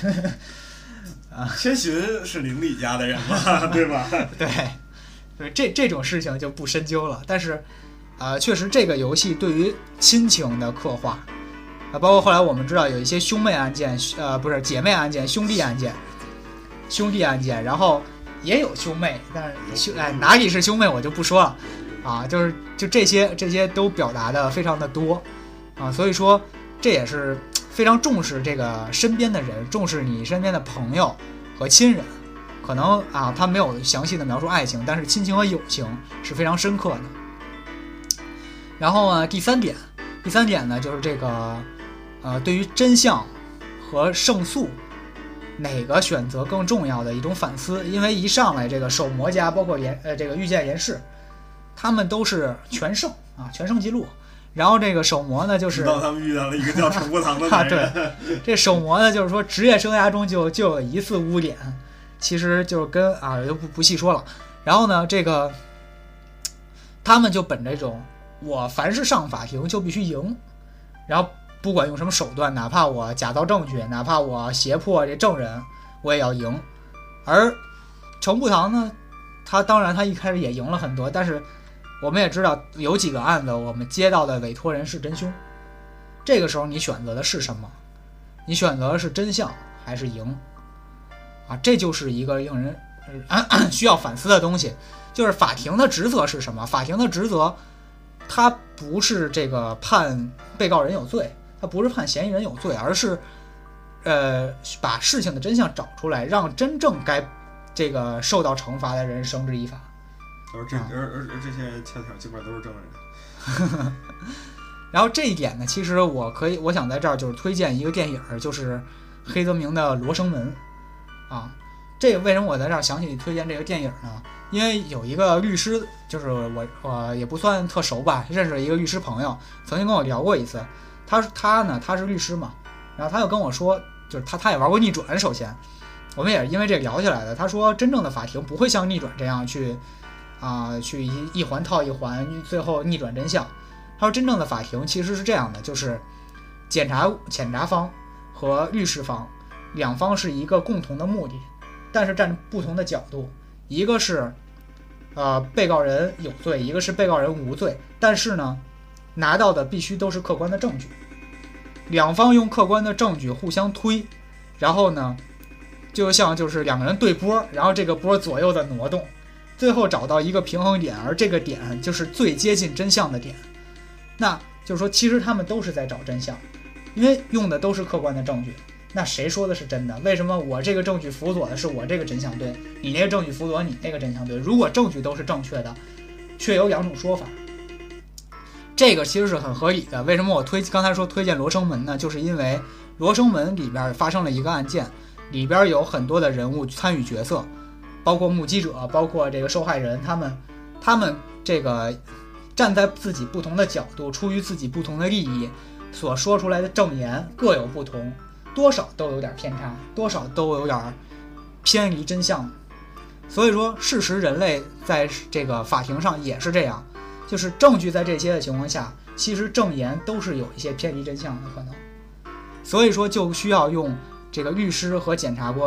千寻是邻里家的人嘛，对吧？ 对，这种事情就不深究了。但是，确实这个游戏对于亲情的刻画，包括后来我们知道有一些兄妹案件，不是姐妹案件，兄弟案件，然后也有兄妹，但是哪里是兄妹我就不说了，啊，就这些都表达的非常的多，啊，所以说这也是非常重视这个身边的人，重视你身边的朋友和亲人。可能啊，他没有详细的描述爱情，但是亲情和友情是非常深刻的。然后呢，第三点呢，就是这个对于真相和胜诉哪个选择更重要的一种反思。因为一上来这个守魔家包括这个御剑严氏，他们都是全胜啊，全胜记录。然后这个守魔呢，就是直到他们遇到了一个叫程步堂的男人。 对，这守魔呢，就是说职业生涯中就有一次污点，其实就是跟就不细说了。然后呢，这个他们就本着这种我凡是上法庭就必须赢，然后不管用什么手段，哪怕我假造证据，哪怕我胁迫这证人，我也要赢。而程步堂呢，他当然他一开始也赢了很多，但是我们也知道有几个案子我们接到的委托人是真凶，这个时候你选择的是什么？你选择的是真相还是赢？啊，这就是一个令人需要反思的东西，就是法庭的职责是什么？法庭的职责，它不是这个判被告人有罪，它不是判嫌疑人有罪，而是把事情的真相找出来，让真正该这个受到惩罚的人绳之以法。 而这些人恰巧基本上都是证人。 然后这一点呢，其实我想在这儿就是推荐一个电影，就是黑泽明的《罗生门》啊。这个为什么我在这儿详细推荐这个电影呢？因为有一个律师，就是我也不算特熟吧，认识了一个律师朋友，曾经跟我聊过一次。他是律师嘛，然后他又跟我说，就是他也玩过逆转，首先我们也是因为这个聊起来的。他说真正的法庭不会像逆转这样去一环套一环，最后逆转真相。他说真正的法庭其实是这样的，就是检察方和律师方两方是一个共同的目的，但是站不同的角度，一个是被告人有罪，一个是被告人无罪，但是呢拿到的必须都是客观的证据，两方用客观的证据互相推，然后呢就像就是两个人对波，然后这个波左右的挪动，最后找到一个平衡点，而这个点就是最接近真相的点。那就是说其实他们都是在找真相，因为用的都是客观的证据。那谁说的是真的？为什么我这个证据辅佐的是我这个真相对，你那个证据辅佐你那个真相对？如果证据都是正确的，却有两种说法，这个其实是很合理的。为什么我刚才说推荐《罗生门》呢？就是因为《罗生门》里边发生了一个案件，里边有很多的人物参与角色，包括目击者，包括这个受害人，他们这个站在自己不同的角度，出于自己不同的利益，所说出来的证言各有不同，多少都有点偏差，多少都有点偏离真相。所以说事实人类在这个法庭上也是这样，就是证据在这些的情况下，其实证言都是有一些偏离真相的可能。所以说就需要用这个律师和检察官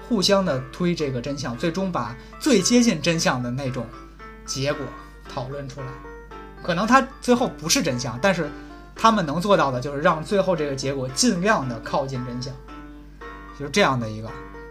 互相的推这个真相，最终把最接近真相的那种结果讨论出来。可能它最后不是真相，但是他们能做到的就是让最后这个结果尽量的靠近真相，就是这样的一个。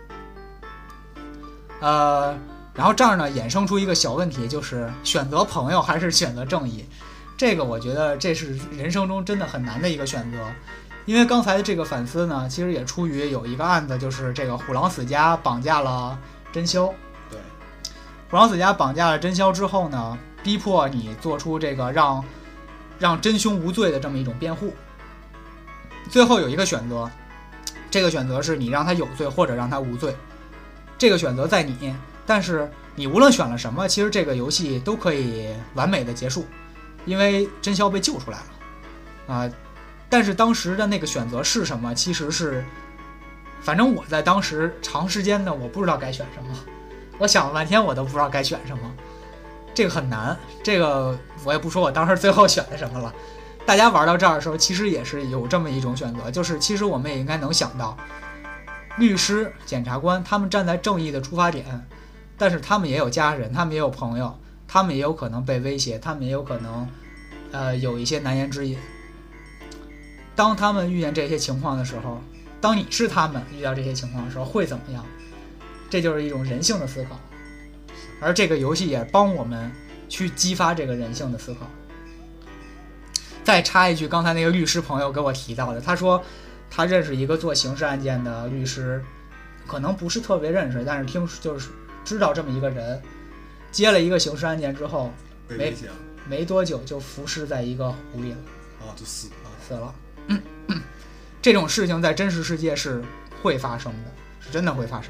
然后这儿呢衍生出一个小问题，就是选择朋友还是选择正义。这个我觉得这是人生中真的很难的一个选择。因为刚才的这个反思呢，其实也出于有一个案子，就是这个虎狼死家绑架了真宵。 对， 虎狼死家绑架了真宵之后呢，逼迫你做出这个让真凶无罪的这么一种辩护。最后有一个选择，这个选择是你让他有罪或者让他无罪，这个选择在你，但是你无论选了什么，其实这个游戏都可以完美的结束，因为真宵被救出来了但是当时的那个选择是什么？其实是，反正我在当时长时间的我不知道该选什么，我想了半天我都不知道该选什么，这个很难。这个我也不说我当时最后选的什么了。大家玩到这儿的时候，其实也是有这么一种选择，就是其实我们也应该能想到，律师、检察官他们站在正义的出发点，但是他们也有家人，他们也有朋友，他们也有可能被威胁，他们也有可能有一些难言之隐。当他们遇见这些情况的时候，当你是他们遇到这些情况的时候会怎么样？这就是一种人性的思考，而这个游戏也帮我们去激发这个人性的思考。再插一句，刚才那个律师朋友给我提到的，他说他认识一个做刑事案件的律师，可能不是特别认识，但是就是知道这么一个人，接了一个刑事案件之后没多久就浮尸在一个湖里了就死了。这种事情在真实世界是会发生的，是真的会发生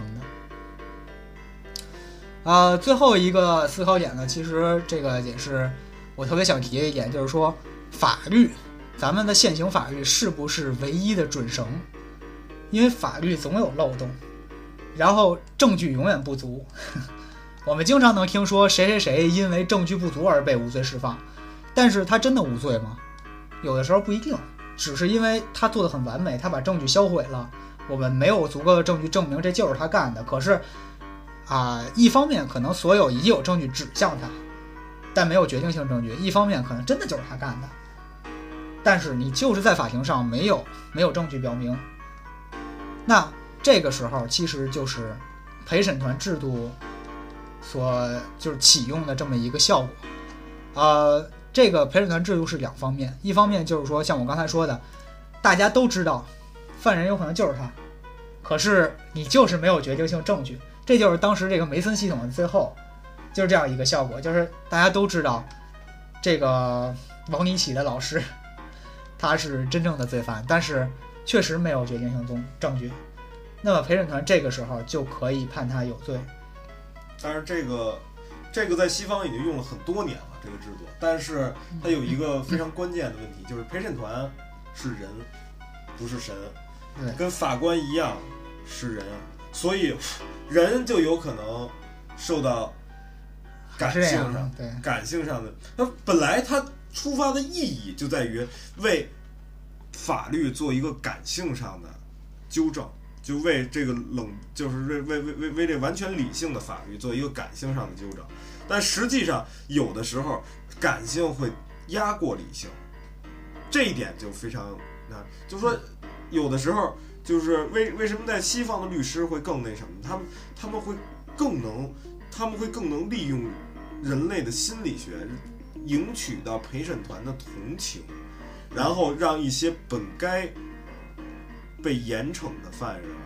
的。最后一个思考点呢，其实这个也是我特别想提的一点，就是说法律，咱们的现行法律是不是唯一的准绳？因为法律总有漏洞，然后证据永远不足。我们经常能听说谁谁谁因为证据不足而被无罪释放，但是他真的无罪吗？有的时候不一定，只是因为他做得很完美，他把证据销毁了，我们没有足够的证据证明这就是他干的。可是一方面可能所有已有证据指向他，但没有决定性证据；一方面可能真的就是他干的，但是你就是在法庭上没有证据表明。那这个时候其实就是陪审团制度就是启用的这么一个效果。这个陪审团制度是两方面，一方面就是说像我刚才说的，大家都知道犯人有可能就是他，可是你就是没有决定性证据，这就是当时这个梅森系统的最后就是这样一个效果，就是大家都知道这个王尼奇的老师他是真正的罪犯，但是确实没有决定性证据，那么陪审团这个时候就可以判他有罪。 但是这个在西方已经用了很多年了，这个制度，但是它有一个非常关键的问题，就是陪审团是人，不是神，跟法官一样是人，所以人就有可能受到感性上的，它本来它出发的意义就在于为法律做一个感性上的纠正，就为这个就是为这完全理性的法律做一个感性上的纠正。但实际上有的时候感性会压过理性，这一点就非常就是说有的时候就是为什么在西方的律师会更那什么，他们会更能利用人类的心理学赢取到陪审团的同情，然后让一些本该被严惩的犯人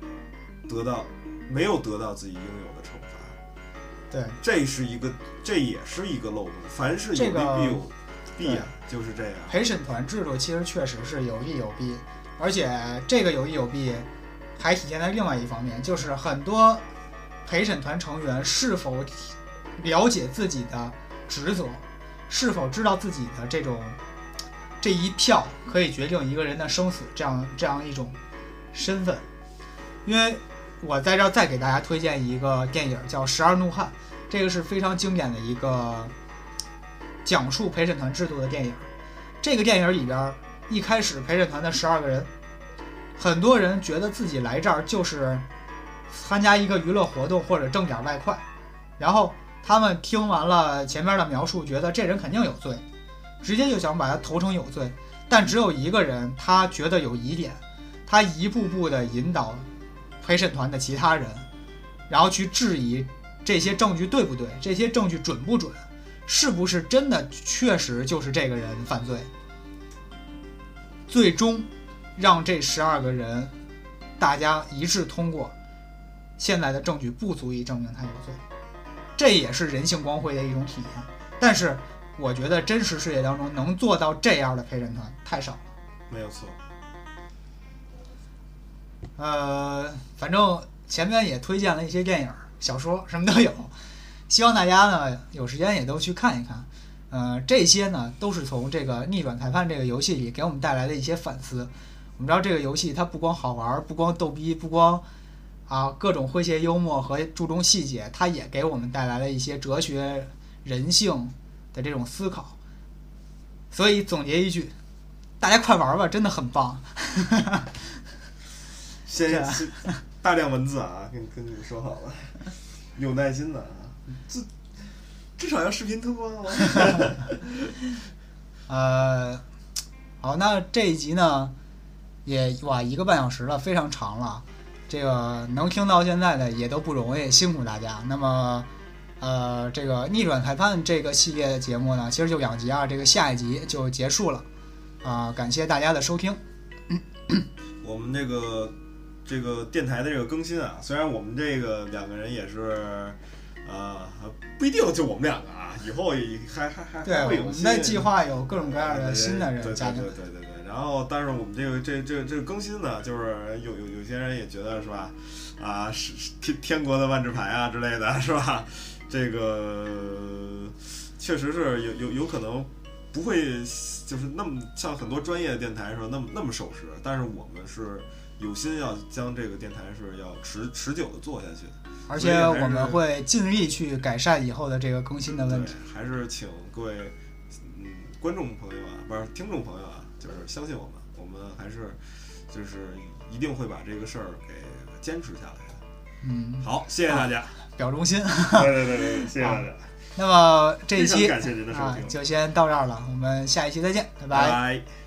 没有得到自己应有的惩罚。 对， 这也是一个漏洞。凡是有利必有弊就是这样。 陪审团制度其实确实是有利有弊，而且这个有利有弊还体现在另外一方面，就是很多陪审团成员是否了解自己的职责，是否知道自己的这一票可以决定一个人的生死，这样一种身份。因为我在这儿再给大家推荐一个电影叫《十二怒汉》，这个是非常经典的一个讲述陪审团制度的电影。这个电影里边一开始陪审团的12个人，很多人觉得自己来这儿就是参加一个娱乐活动或者挣点外快，然后他们听完了前面的描述，觉得这人肯定有罪，直接就想把他投成有罪。但只有一个人他觉得有疑点，他一步步的引导陪审团的其他人，然后去质疑这些证据对不对，这些证据准不准，是不是真的确实就是这个人犯罪。最终让这12个人大家一致通过，现在的证据不足以证明他有罪，这也是人性光辉的一种体验。但是我觉得真实世界当中能做到这样的陪审团太少了。 没有错。 反正前面也推荐了一些电影、小说，什么都有，希望大家呢有时间也都去看一看。这些呢都是从这个逆转裁判这个游戏里给我们带来的一些反思。我们知道这个游戏它不光好玩，不光逗逼，不光各种诙谐幽默和注重细节，它也给我们带来了一些哲学、人性的这种思考。所以总结一句，大家快玩吧，真的很棒。 先大量文字啊，跟你们说好了，有耐心的啊，至少要视频通过好，那这一集呢，也1个半小时了，非常长了。这个能听到现在的也都不容易，辛苦大家。那么，这个逆转裁判这个系列的节目呢，其实就2集啊，这个下一集就结束了。感谢大家的收听。 我们这个电台的这个更新啊，虽然我们这个2个人也是。不一定就我们2个啊，以后还会有。 我们的计划有各种各样的新的人加进来。 对。然后，但是我们这个更新呢，就是有些人也觉得是吧？是天国的万智牌啊之类的，是吧？这个确实是有可能不会就是那么像很多专业的电台说那么守时，但是我们是有心要将这个电台是要持久的做下去的。 而且我们会尽力去改善以后的这个更新的问题。 还是请各位观众朋友啊，不是听众朋友啊，就是相信我们还是就是一定会把这个事儿给坚持下来的。好，谢谢大家， 表忠心。 对，谢谢大家。 那么这一期感谢您的收听就先到这儿了，我们下一期再见，拜拜。